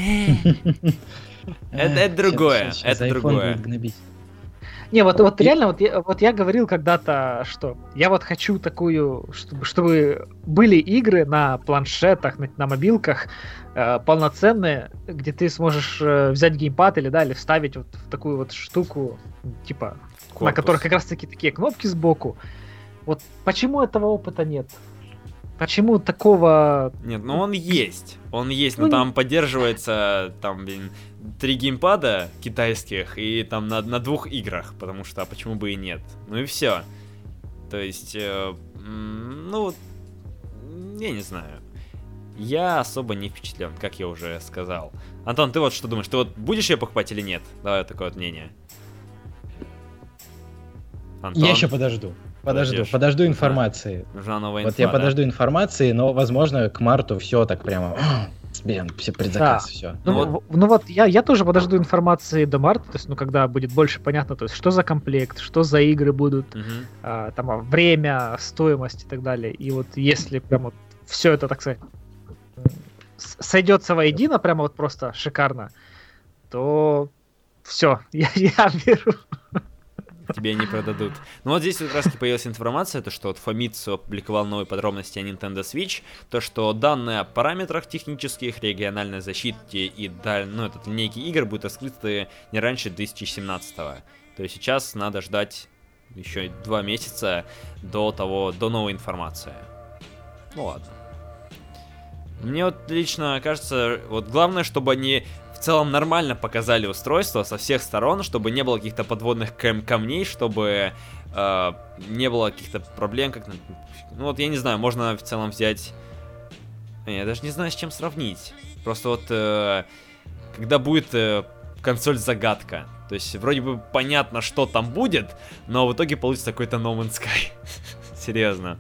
Это- это другое, Щас- щас это iPhone другое. будет гнобить. Не, вот, вот И- реально, вот я, вот я говорил когда-то, что я вот хочу такую, чтобы, чтобы были игры на планшетах, на, на мобилках э, полноценные, где ты сможешь э, взять геймпад или, да, или вставить вот в такую вот штуку, типа, на Корпус. которых как раз таки такие кнопки сбоку. Вот почему этого опыта нет? Почему такого... Нет, ну он есть. Он есть, Ну, но не- там поддерживается там, блин, три геймпада китайских и там на, на двух играх, потому что а почему бы и нет. Ну и все. То есть, э, м, ну, вот, я не знаю. Я особо не впечатлен, как я уже сказал. Антон, ты вот что думаешь? Ты вот будешь ее покупать или нет? Давай вот такое вот мнение. Антон, Я еще подожду. Подожду, Подождешь. подожду Нужна- информации. нужна новая Вот инфа, я да? подожду информации, но, возможно, к марту все так прямо... Блин, все предзаказ, Да. все. Ну, Ну вот, ну вот я, я тоже подожду информации до марта, то есть, ну, когда будет больше понятно, то есть, что за комплект, что за игры будут, Мгм. а, там, а, время, стоимость и так далее. И вот если прям вот все это, так сказать, с- сойдется воедино, прямо вот просто шикарно, то все, я, я беру. Тебе не продадут. Ну вот здесь как раз таки появилась информация, то что вот Famitsu опубликовал новые подробности о Nintendo Switch, то что данные о параметрах технических, региональной защите и даль... ну, этот, линейки игр будут раскрыты не раньше две тысячи семнадцатого. То есть сейчас надо ждать еще два месяца до того, до новой информации. Ну ладно. Мне вот лично кажется, вот главное, чтобы они в целом нормально показали устройство со всех сторон, чтобы не было каких-то подводных кам- камней, чтобы э, не было каких-то проблем, как, ну вот я не знаю, можно в целом взять, я даже не знаю, с чем сравнить. Просто вот э, когда будет э, консоль загадка, то есть вроде бы понятно, что там будет, но в итоге получится какой-то No Man's Sky. Серьезно.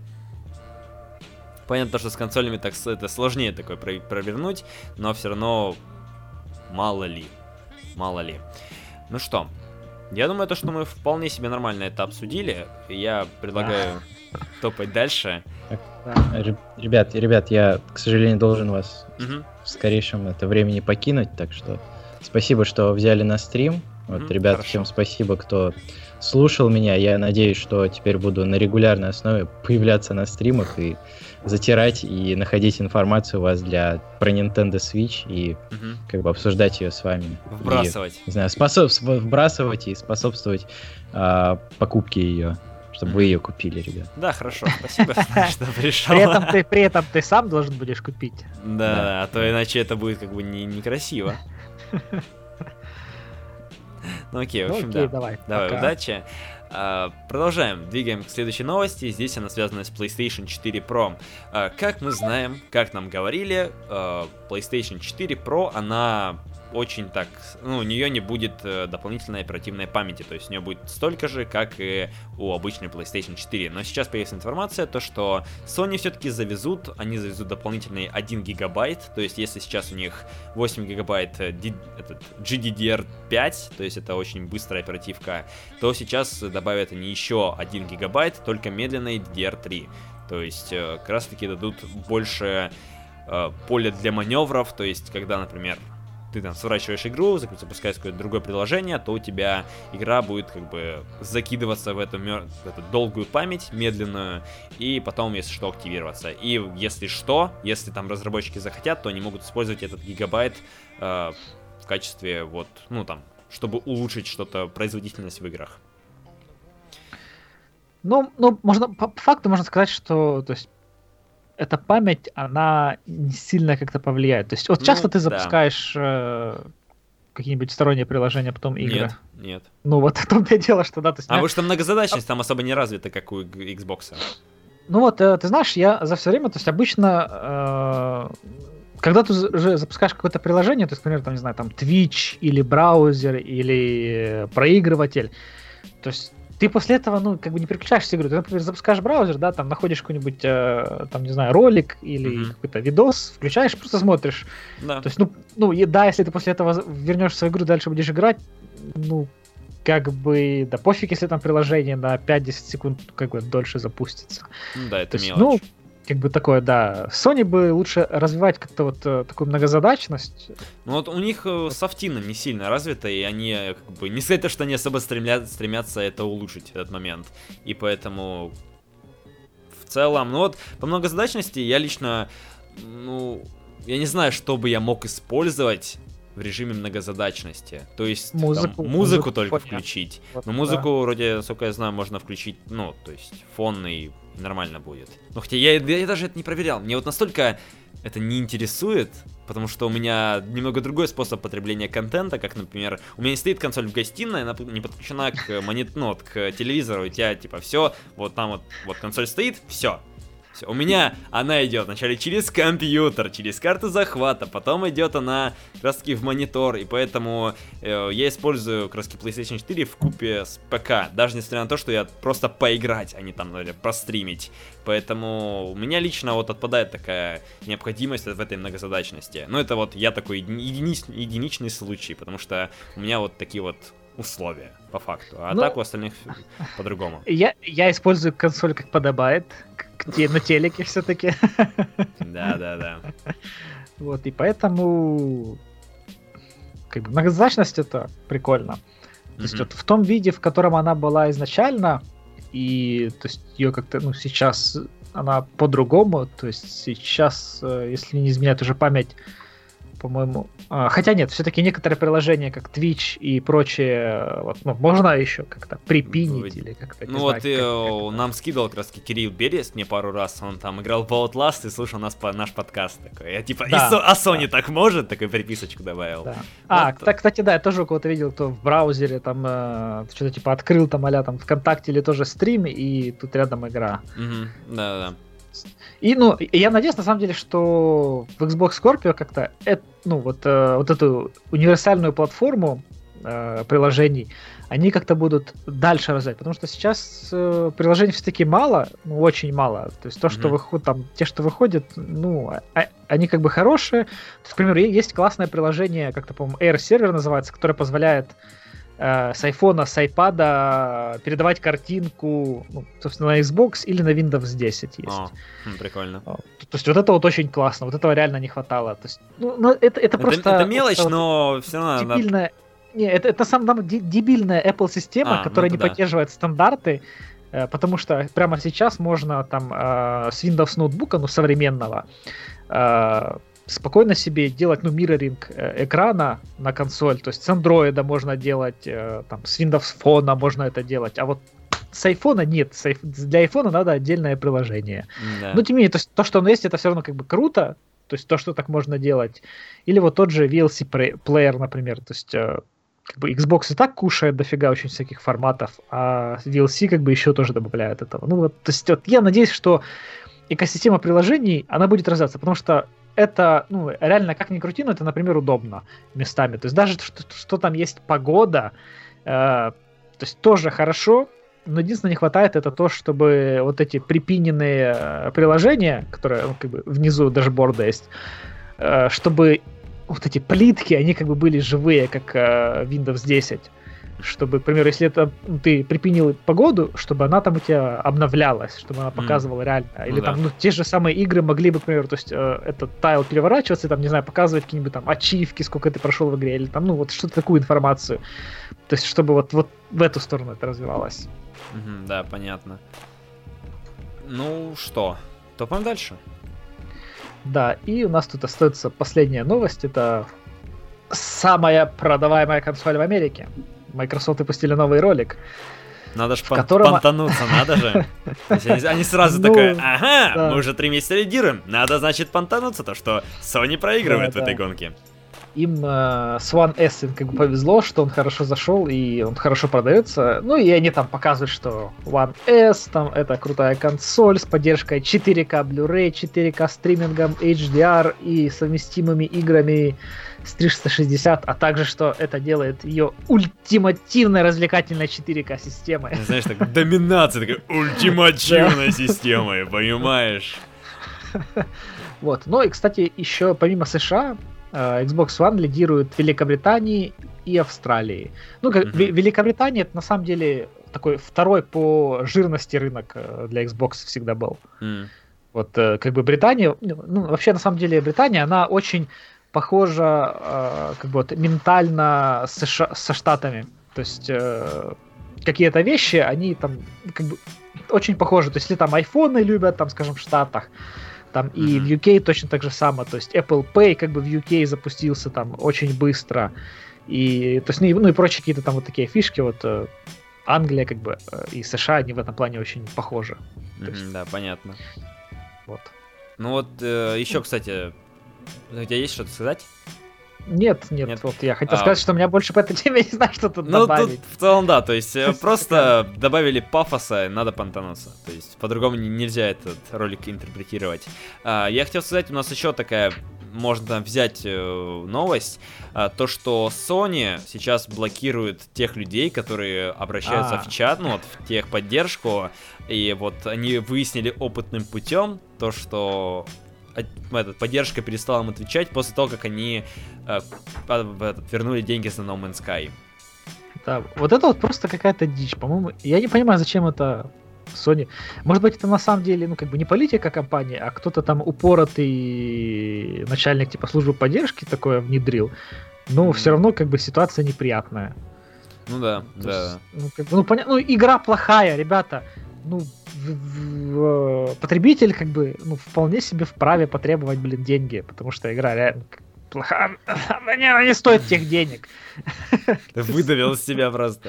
Понятно, что с консолями так с- это сложнее такое про- провернуть, но все равно мало ли. Мало ли. Ну что, я думаю, то, что мы вполне себе нормально это обсудили. Я предлагаю топать дальше. Ре- Ребят, ребят, я, к сожалению, должен вас Мгм. в скорейшем это времени покинуть, так что спасибо, что взяли на стрим. Вот, Мгм, ребят, хорошо. всем спасибо, кто слушал меня. Я надеюсь, что теперь буду на регулярной основе появляться на стримах и затирать и находить информацию у вас для про Nintendo Switch и Мгм. как бы обсуждать ее с вами. Вбрасывать. И, не знаю, способ, св- вбрасывать и способствовать а, покупке ее, чтобы вы ее купили, ребят. Да, хорошо, спасибо, что пришел. При этом ты, при этом ты сам должен будешь купить. Да, а то иначе это будет как бы не- некрасиво. Ну окей, в Ну общем, окей, да. давай. Давай, пока. удачи. А, продолжаем, двигаем к следующей новости. Здесь она связана с PlayStation четыре Pro. А, как мы знаем, как нам говорили, а, PlayStation четыре Pro, она очень так, ну, у нее не будет э, дополнительной оперативной памяти, то есть у нее будет столько же, как и у обычной PlayStation четыре. Но сейчас появилась информация, то что Sony все-таки завезут, они завезут дополнительный один гигабайт, то есть если сейчас у них восемь гигабайт э, ди, этот, джи ди ди ар пять, то есть это очень быстрая оперативка, то сейчас добавят они еще один гигабайт, только медленный ди ди ар три. То есть э, как раз таки дадут больше э, поля для маневров, то есть когда, например, ты там сворачиваешь игру, запускаешь какое-то другое приложение, то у тебя игра будет как бы закидываться в эту, мер... в эту долгую память, медленную, и потом, если что, активироваться. И если что, если там разработчики захотят, то они могут использовать этот гигабайт э, в качестве вот, ну там, чтобы улучшить что-то, производительность в играх. Ну, ну, можно, по факту можно сказать, что, то есть, эта память, она не сильно как-то повлияет. То есть, вот часто ну, ты запускаешь да. э, какие-нибудь сторонние приложения, потом игры. Нет, нет. Ну, вот в том-то и дело, что да. То есть, а потому что многозадачность там особо не развита, как у Xbox. Ну вот, э, ты знаешь, я за все время, то есть, обычно, э, когда ты уже запускаешь какое-то приложение, то есть, например, там, не знаю, там, Twitch или браузер или проигрыватель, то есть, ты после этого, ну, как бы не переключаешься игру. Ты, например, запускаешь браузер, да, там находишь какой-нибудь, э, там, не знаю, ролик или mm-hmm. какой-то видос, включаешь, просто смотришь. Да. То есть, ну, ну, и да, если ты после этого вернешь в свою игру, дальше будешь играть, ну, как бы, да, пофиг, если там приложение на пять-десять секунд, как бы, дольше запустится. Да, это есть, мелочь. Ну, как бы такое, да. Sony бы лучше развивать как-то вот э, такую многозадачность. Ну вот у них э, софтина не сильно развита, и они, как бы, не сказать, что они особо стремля... стремятся это улучшить, этот момент. И поэтому в целом, ну вот, по многозадачности я лично, ну, я не знаю, что бы я мог использовать в режиме многозадачности. То есть музыку, там, музыку музыку только понятно. включить. Вот, Но музыку, да. вроде, насколько я знаю, можно включить, ну, то есть фонный, нормально будет. Ну, хотя я, я даже это не проверял. Мне вот настолько это не интересует, потому что у меня немного другой способ потребления контента, как, например, у меня не стоит консоль в гостиной, она не подключена к монит, ну, к телевизору, у тебя, типа, все, вот там вот, вот консоль стоит, все. Все. У меня она идет вначале через компьютер, через карту захвата, потом идет она как раз таки в монитор, и поэтому э, я использую как раз таки PlayStation четыре вкупе с ПК, даже несмотря на то, что я просто поиграть, а не там, наверное, простримить. Поэтому у меня лично вот отпадает такая необходимость в этой многозадачности. Но это вот я такой едини- единичный случай, потому что у меня вот такие вот условия, по факту. А ну, так у остальных по-другому. Я, я использую консоль как подобает, к, к, на телеке все-таки. Да, да, да. Вот, и поэтому как бы многозадачность это прикольно. То есть вот в том виде, в котором она была изначально, и то есть ее как-то, ну, сейчас она по-другому, то есть сейчас, если не изменяет уже память, по-моему. А, хотя нет, все-таки некоторые приложения, как Twitch и прочее, вот, ну, можно еще как-то припинить ну, или как-то. Ну вот знаю, как, как нам скидывал как раз Кирилл Берест мне пару раз, он там играл в Outlast и слушал нас по наш подкаст такой. Я типа, да, и, а Sony да. так может? Такой приписочку добавил. Да. Вот. А, кстати, да, я тоже у кого-то видел, кто в браузере там э, что-то типа открыл там а-ля там ВКонтакте или тоже стрим, и тут рядом игра. Угу. Да-да-да. И, ну, я надеюсь, на самом деле, что в Xbox Scorpio как-то, э, ну, вот, э, вот эту универсальную платформу э, приложений, они как-то будут дальше развивать, потому что сейчас э, приложений все-таки мало, ну, очень мало. То есть то, что mm-hmm. выходит, там, те, что выходят, ну, а, они как бы хорошие. То есть, к примеру, есть классное приложение, как-то, по-моему, Air Server называется, которое позволяет с айфона, с айпада передавать картинку, ну, собственно, на Xbox или на Windows десять есть. О, прикольно. То, то есть вот это вот очень классно, вот этого реально не хватало. То есть, ну, ну, это, это просто... Это, это мелочь, вот, но все равно... Дебильная... Не, это, это сам там дебильная Apple-система, а, которая ну, не да. поддерживает стандарты, потому что прямо сейчас можно там с Windows ноутбука, ну, современного, спокойно себе делать, ну, мирроринг экрана на консоль, то есть с Android можно делать, там, с Windows Phone можно это делать, а вот с iPhone нет, с, для iPhone надо отдельное приложение. Да. Но тем не менее, то, есть, то, что оно есть, это все равно как бы круто, то есть то, что так можно делать. Или вот тот же ви эл си-плеер, например, то есть как бы Xbox и так кушает дофига очень всяких форматов, а ви эл си как бы еще тоже добавляет этого. Ну вот, то есть вот я надеюсь, что экосистема приложений, она будет развиваться, потому что это, ну, реально, как ни крути, но это, например, удобно местами. То есть даже что, что там есть погода, э, то есть тоже хорошо, но единственное не хватает это то, чтобы вот эти припиненные приложения, которые ну, как бы внизу дашборда есть, э, чтобы вот эти плитки, они как бы были живые, как э, Windows десять. Чтобы, к примеру, если это ты припинил погоду, чтобы она там у тебя обновлялась, чтобы она показывала mm. реально. Или ну, там, да. ну, те же самые игры могли бы, к примеру, то есть э, этот тайл переворачиваться и там, не знаю, показывать какие-нибудь там ачивки, сколько ты прошел в игре, или там, ну, вот что-то такую информацию. То есть, чтобы вот, вот в эту сторону это развивалось. Mm-hmm, да, понятно. Ну что, топаем дальше. Да, и у нас тут остается последняя новость. Это самая продаваемая консоль в Америке. Microsoft выпустили новый ролик. Надо же пон- котором... понтануться, надо же. Они, они сразу ну, такое, ага, да. мы уже три месяца лидируем, надо, значит, понтануться, то что Sony проигрывает да, в этой да. гонке. Им э, с One S как бы повезло, что он хорошо зашел и он хорошо продается. Ну и они там показывают, что One S, там это крутая консоль с поддержкой четыре ка Blu-ray, четыре ка стримингом, эйч ди ар и совместимыми играми с триста шестьдесят, а также, что это делает ее ультимативной развлекательной четыре ка системой. Знаешь, так доминация, такая ультимативной системой, понимаешь? Вот, ну и, кстати, еще помимо США, Xbox One лидирует в Великобритании и Австралии. Ну, как mm-hmm. Великобритания, это на самом деле такой второй по жирности рынок для Xbox всегда был. Mm. Вот, как бы Британия, ну, вообще, на самом деле, Британия, она очень похожа, как бы, вот, ментально с США, со Штатами. То есть, какие-то вещи, они там, как бы, очень похожи. То есть, если там айфоны любят, там, скажем, в Штатах, там и mm-hmm. в ю кей точно так же самое, то есть Apple Pay как бы в ю кей запустился там очень быстро, и то есть ну и, ну, и прочие какие-то там вот такие фишки, вот э, Англия как бы э, и США, они в этом плане очень похожи. Mm-hmm, есть... Да, понятно. Вот. Ну вот э, еще, кстати, у тебя есть что-то сказать? Нет, нет, нет, вот я хотел а... сказать, что у меня больше по этой теме не знаю, что тут ну, добавить. Ну, тут в целом, да, то есть просто добавили пафоса, надо понтануться. То есть по-другому нельзя этот ролик интерпретировать. А, я хотел сказать, у нас еще такая, можно взять э, новость, а, то, что Sony сейчас блокирует тех людей, которые обращаются А-а-а. в чат, ну вот в техподдержку, и вот они выяснили опытным путем то, что... Этот, поддержка перестала им отвечать после того, как они э, вернули деньги за No Man's Sky. Да, вот это вот просто какая-то дичь, по-моему. Я не понимаю, зачем это Sony. Может быть, это на самом деле, ну, как бы не политика компании, а кто-то там упоротый начальник типа службы поддержки такое внедрил. Но mm-hmm. все равно, как бы, ситуация неприятная. Ну да, То да. Есть, ну, как бы, ну, поня... ну, игра плохая, ребята. Ну, в, в, в, потребитель, как бы, ну, вполне себе вправе потребовать, блин, деньги, потому что игра реально плохая, она не, она не стоит тех денег. Ты выдавил из себя просто.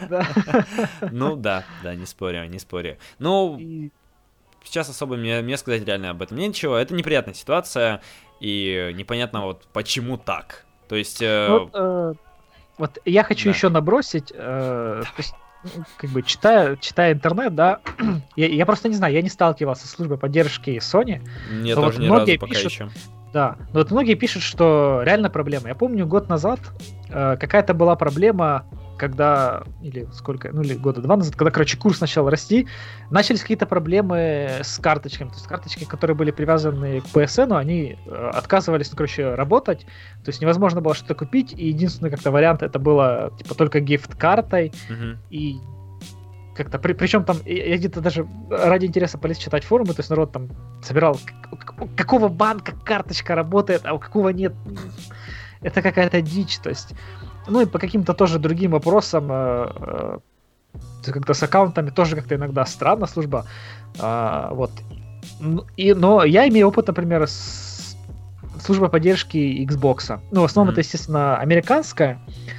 Ну да, да, не спорю, не спорю. Ну, сейчас особо мне, мне сказать реально об этом нечего. Это неприятная ситуация, и непонятно вот почему так. То есть... Вот, э, вот я хочу да. еще набросить... Э, то есть, как бы читая, читая интернет, да, я, я просто не знаю, я не сталкивался с службой поддержки Sony. Нет, тоже вот ни разу пока пишут, еще. Да, но вот многие пишут, что реально проблема. Я помню, год назад э, какая-то была проблема, когда, или сколько, ну или года два назад, когда, короче, курс начал расти, начались какие-то проблемы с карточками. То есть карточки, которые были привязаны к пи эс эн, они э, отказывались, ну, короче, работать. То есть невозможно было что-то купить, и единственный как-то вариант это было, типа, только гифт-картой. Uh-huh. И как-то, при, причем там, я, я где-то даже ради интереса полез читать форумы, то есть народ там собирал, у какого банка карточка работает, а у какого нет. Это какая-то дичь, то есть. Ну и по каким-то тоже другим вопросам, э, э, как-то с аккаунтами тоже как-то иногда странно служба. Э, вот. И, но я имею опыт, например, с службой поддержки Xbox. Ну, в основном mm-hmm. это, естественно, американская.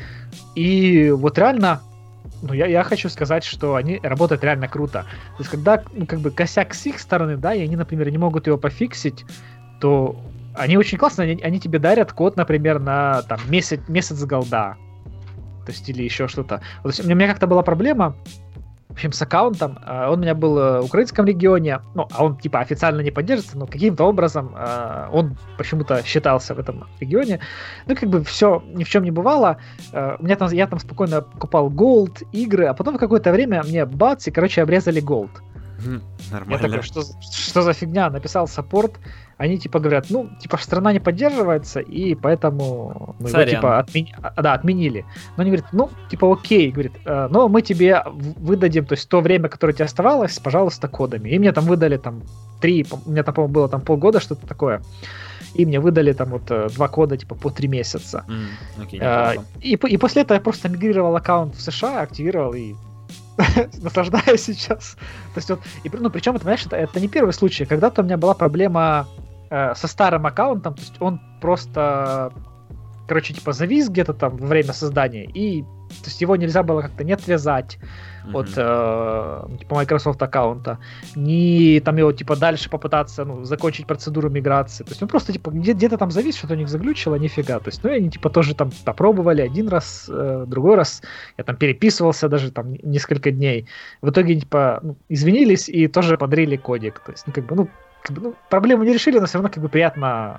И вот реально, ну, я, я хочу сказать, что они работают реально круто. То есть, когда, ну, как бы косяк с их стороны, да, и они, например, не могут его пофиксить, то они очень классно, они, они тебе дарят код, например, на там, месяц, месяц голда. То есть, или еще что-то. Вот, у меня как-то была проблема, в общем, с аккаунтом. Он у меня был в украинском регионе, ну, а он, типа, официально не поддерживается, но каким-то образом он почему-то считался в этом регионе. Ну, как бы все ни в чем не бывало. У меня там, я там спокойно покупал голд, игры, а потом в какое-то время мне бац, и, короче, обрезали голд. Нормально. Я такой, что, что за фигня? Написал саппорт. Они типа говорят, ну, типа страна не поддерживается, и поэтому мы его типа отмени... да, отменили. Но они говорят, ну, типа окей, говорит, но мы тебе выдадим, то есть то время, которое тебе оставалось, пожалуйста, кодами. И мне там выдали там три, у меня там, по-моему, было там полгода, что-то такое. И мне выдали там вот два кода типа по три месяца. Mm, okay, а, и, и после этого я просто мигрировал аккаунт в США, активировал и наслаждаюсь сейчас. То есть вот, и, ну, причем, это, понимаешь, это, это не первый случай. Когда-то у меня была проблема э, со старым аккаунтом, то есть он просто, короче, типа завис где-то там во время создания, и то есть его нельзя было как-то не отвязать mm-hmm. от э, типа Microsoft аккаунта, не там его типа дальше попытаться, ну, закончить процедуру миграции. То есть он просто типа где- где-то там завис, что-то у них заглючило, нифига. То есть, ну, и они типа тоже там попробовали один раз, э, другой раз. Я там переписывался даже там несколько дней. В итоге типа ну, извинились и тоже подрили кодик. То есть, ну, как бы, ну, как бы, ну, проблему не решили, но все равно как бы приятно,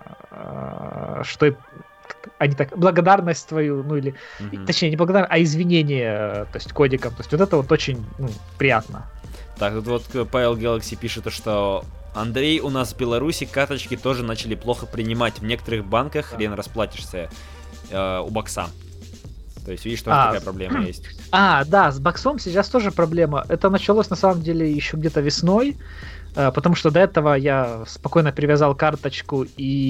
э, что они так, благодарность твою, ну или, mm-hmm. точнее, не благодарность, а извинение, то есть кодиком, то есть вот это вот очень ну, приятно. Так, вот, вот Павел Galaxy пишет, что Андрей, у нас в Беларуси карточки тоже начали плохо принимать, в некоторых банках да. хрен расплатишься э, у бокса. То есть видишь, что а, такая проблема есть. А, да, с боксом сейчас тоже проблема. Это началось на самом деле еще где-то весной, потому что до этого я спокойно привязал карточку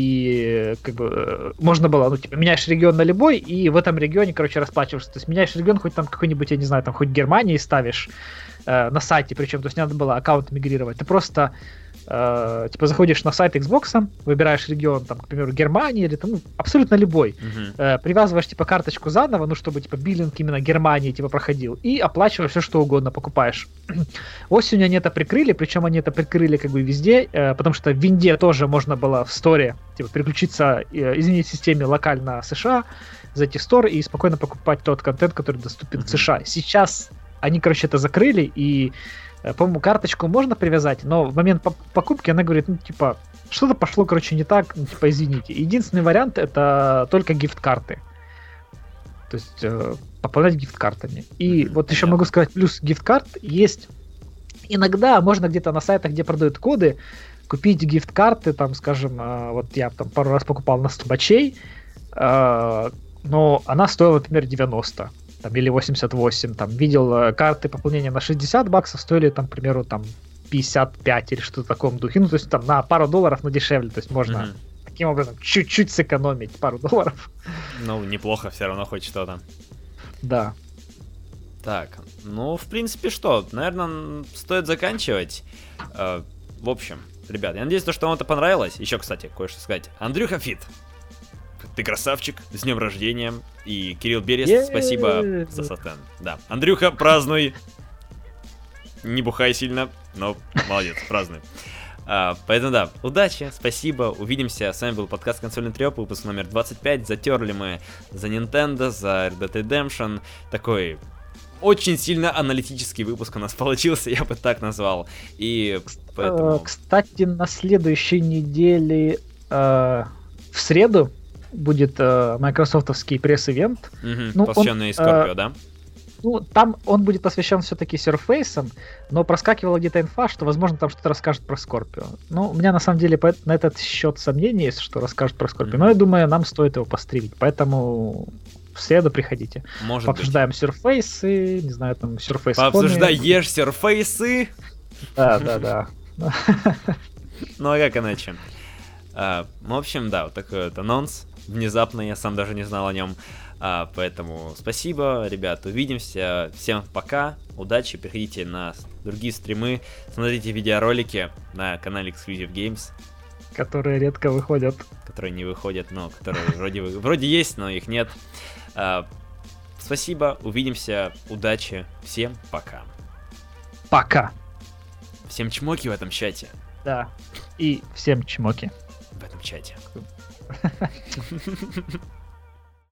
и как бы можно было, ну типа меняешь регион на любой и в этом регионе, короче, расплачиваешься. То есть меняешь регион хоть там какой-нибудь, я не знаю, там хоть Германии ставишь э, на сайте, причем, то есть не надо было аккаунт мигрировать. Ты просто э, типа заходишь на сайт Xbox, выбираешь регион, там, к примеру, Германии или там ну, абсолютно любой, uh-huh. э, привязываешь типа карточку заново, ну чтобы типа биллинг именно Германии типа проходил и оплачиваешь все что угодно, покупаешь. Осенью они это прикрыли, причем они это прикрыли как бы везде, э, потому что в Винде тоже можно было в сторе типа переключиться, э, извините, системе локально США, зайти в стор и спокойно покупать тот контент, который доступен uh-huh. в США. Сейчас они, короче, это закрыли и по-моему, карточку можно привязать, но в момент покупки она говорит, ну, типа, что-то пошло, короче, не так, ну, типа, извините. Единственный вариант — это только гифт-карты. То есть, э, пополнять гифт-картами. И mm-hmm. вот еще могу сказать, плюс гифт-карт есть. Иногда можно где-то на сайтах, где продают коды, купить гифт-карты, там, скажем, э, вот я там пару раз покупал на стубачей, э, но она стоила, например, девяносто. Там, или восемьдесят восемь, там, видел э, карты пополнения на шестьдесят баксов, стоили, там, к примеру, там, пятьдесят пять или что-то в таком духе, ну, то есть, там, на пару долларов, но дешевле, то есть, можно mm-hmm. таким образом чуть-чуть сэкономить пару долларов. Ну, неплохо, все равно хоть что-то. Да. Так, ну, в принципе, что, наверное, стоит заканчивать. Э, в общем, ребят, я надеюсь, что вам это понравилось. Еще, кстати, кое-что сказать. Андрюха Фит. Ты красавчик, с днем рождения. И Кирилл Берест, yeah. спасибо за сатан. Да. Андрюха, празднуй. Не бухай сильно, но молодец, празднуй. А, поэтому да, удачи, спасибо, увидимся. С вами был подкаст Консольный Трёп, выпуск номер двадцать пять. Затерли мы за Nintendo, за Red Dead Redemption. Такой очень сильно аналитический выпуск у нас получился, я бы так назвал. И поэтому... Кстати, на следующей неделе э, в среду будет э, майкрософтовский пресс-ивент. Угу, ну, посвященный Scorpio, э, да? Ну, там он будет посвящен все-таки Surface'ам, но проскакивала где-то инфа, что, возможно, там что-то расскажет про Scorpio. Ну, у меня, на самом деле, по, на этот счет сомнения есть, что расскажет про Scorpio, mm-hmm. но я думаю, нам стоит его постримить, поэтому в среду приходите. Может Пообсуждаем быть. Surface'ы, не знаю, там, Surface Пообсуждаешь Surface'ы? Да, да, да. Ну, а как иначе? В общем, да, вот такой вот анонс. Внезапно, я сам даже не знал о нем. А, поэтому спасибо, ребят, увидимся. Всем пока, удачи, приходите на другие стримы, смотрите видеоролики на канале Exclusive Games. Которые редко выходят. Которые не выходят, но которые вроде, вроде есть, но их нет. А, спасибо, увидимся, удачи, всем пока. Пока. Всем чмоки в этом чате. Да, и всем чмоки. В этом чате.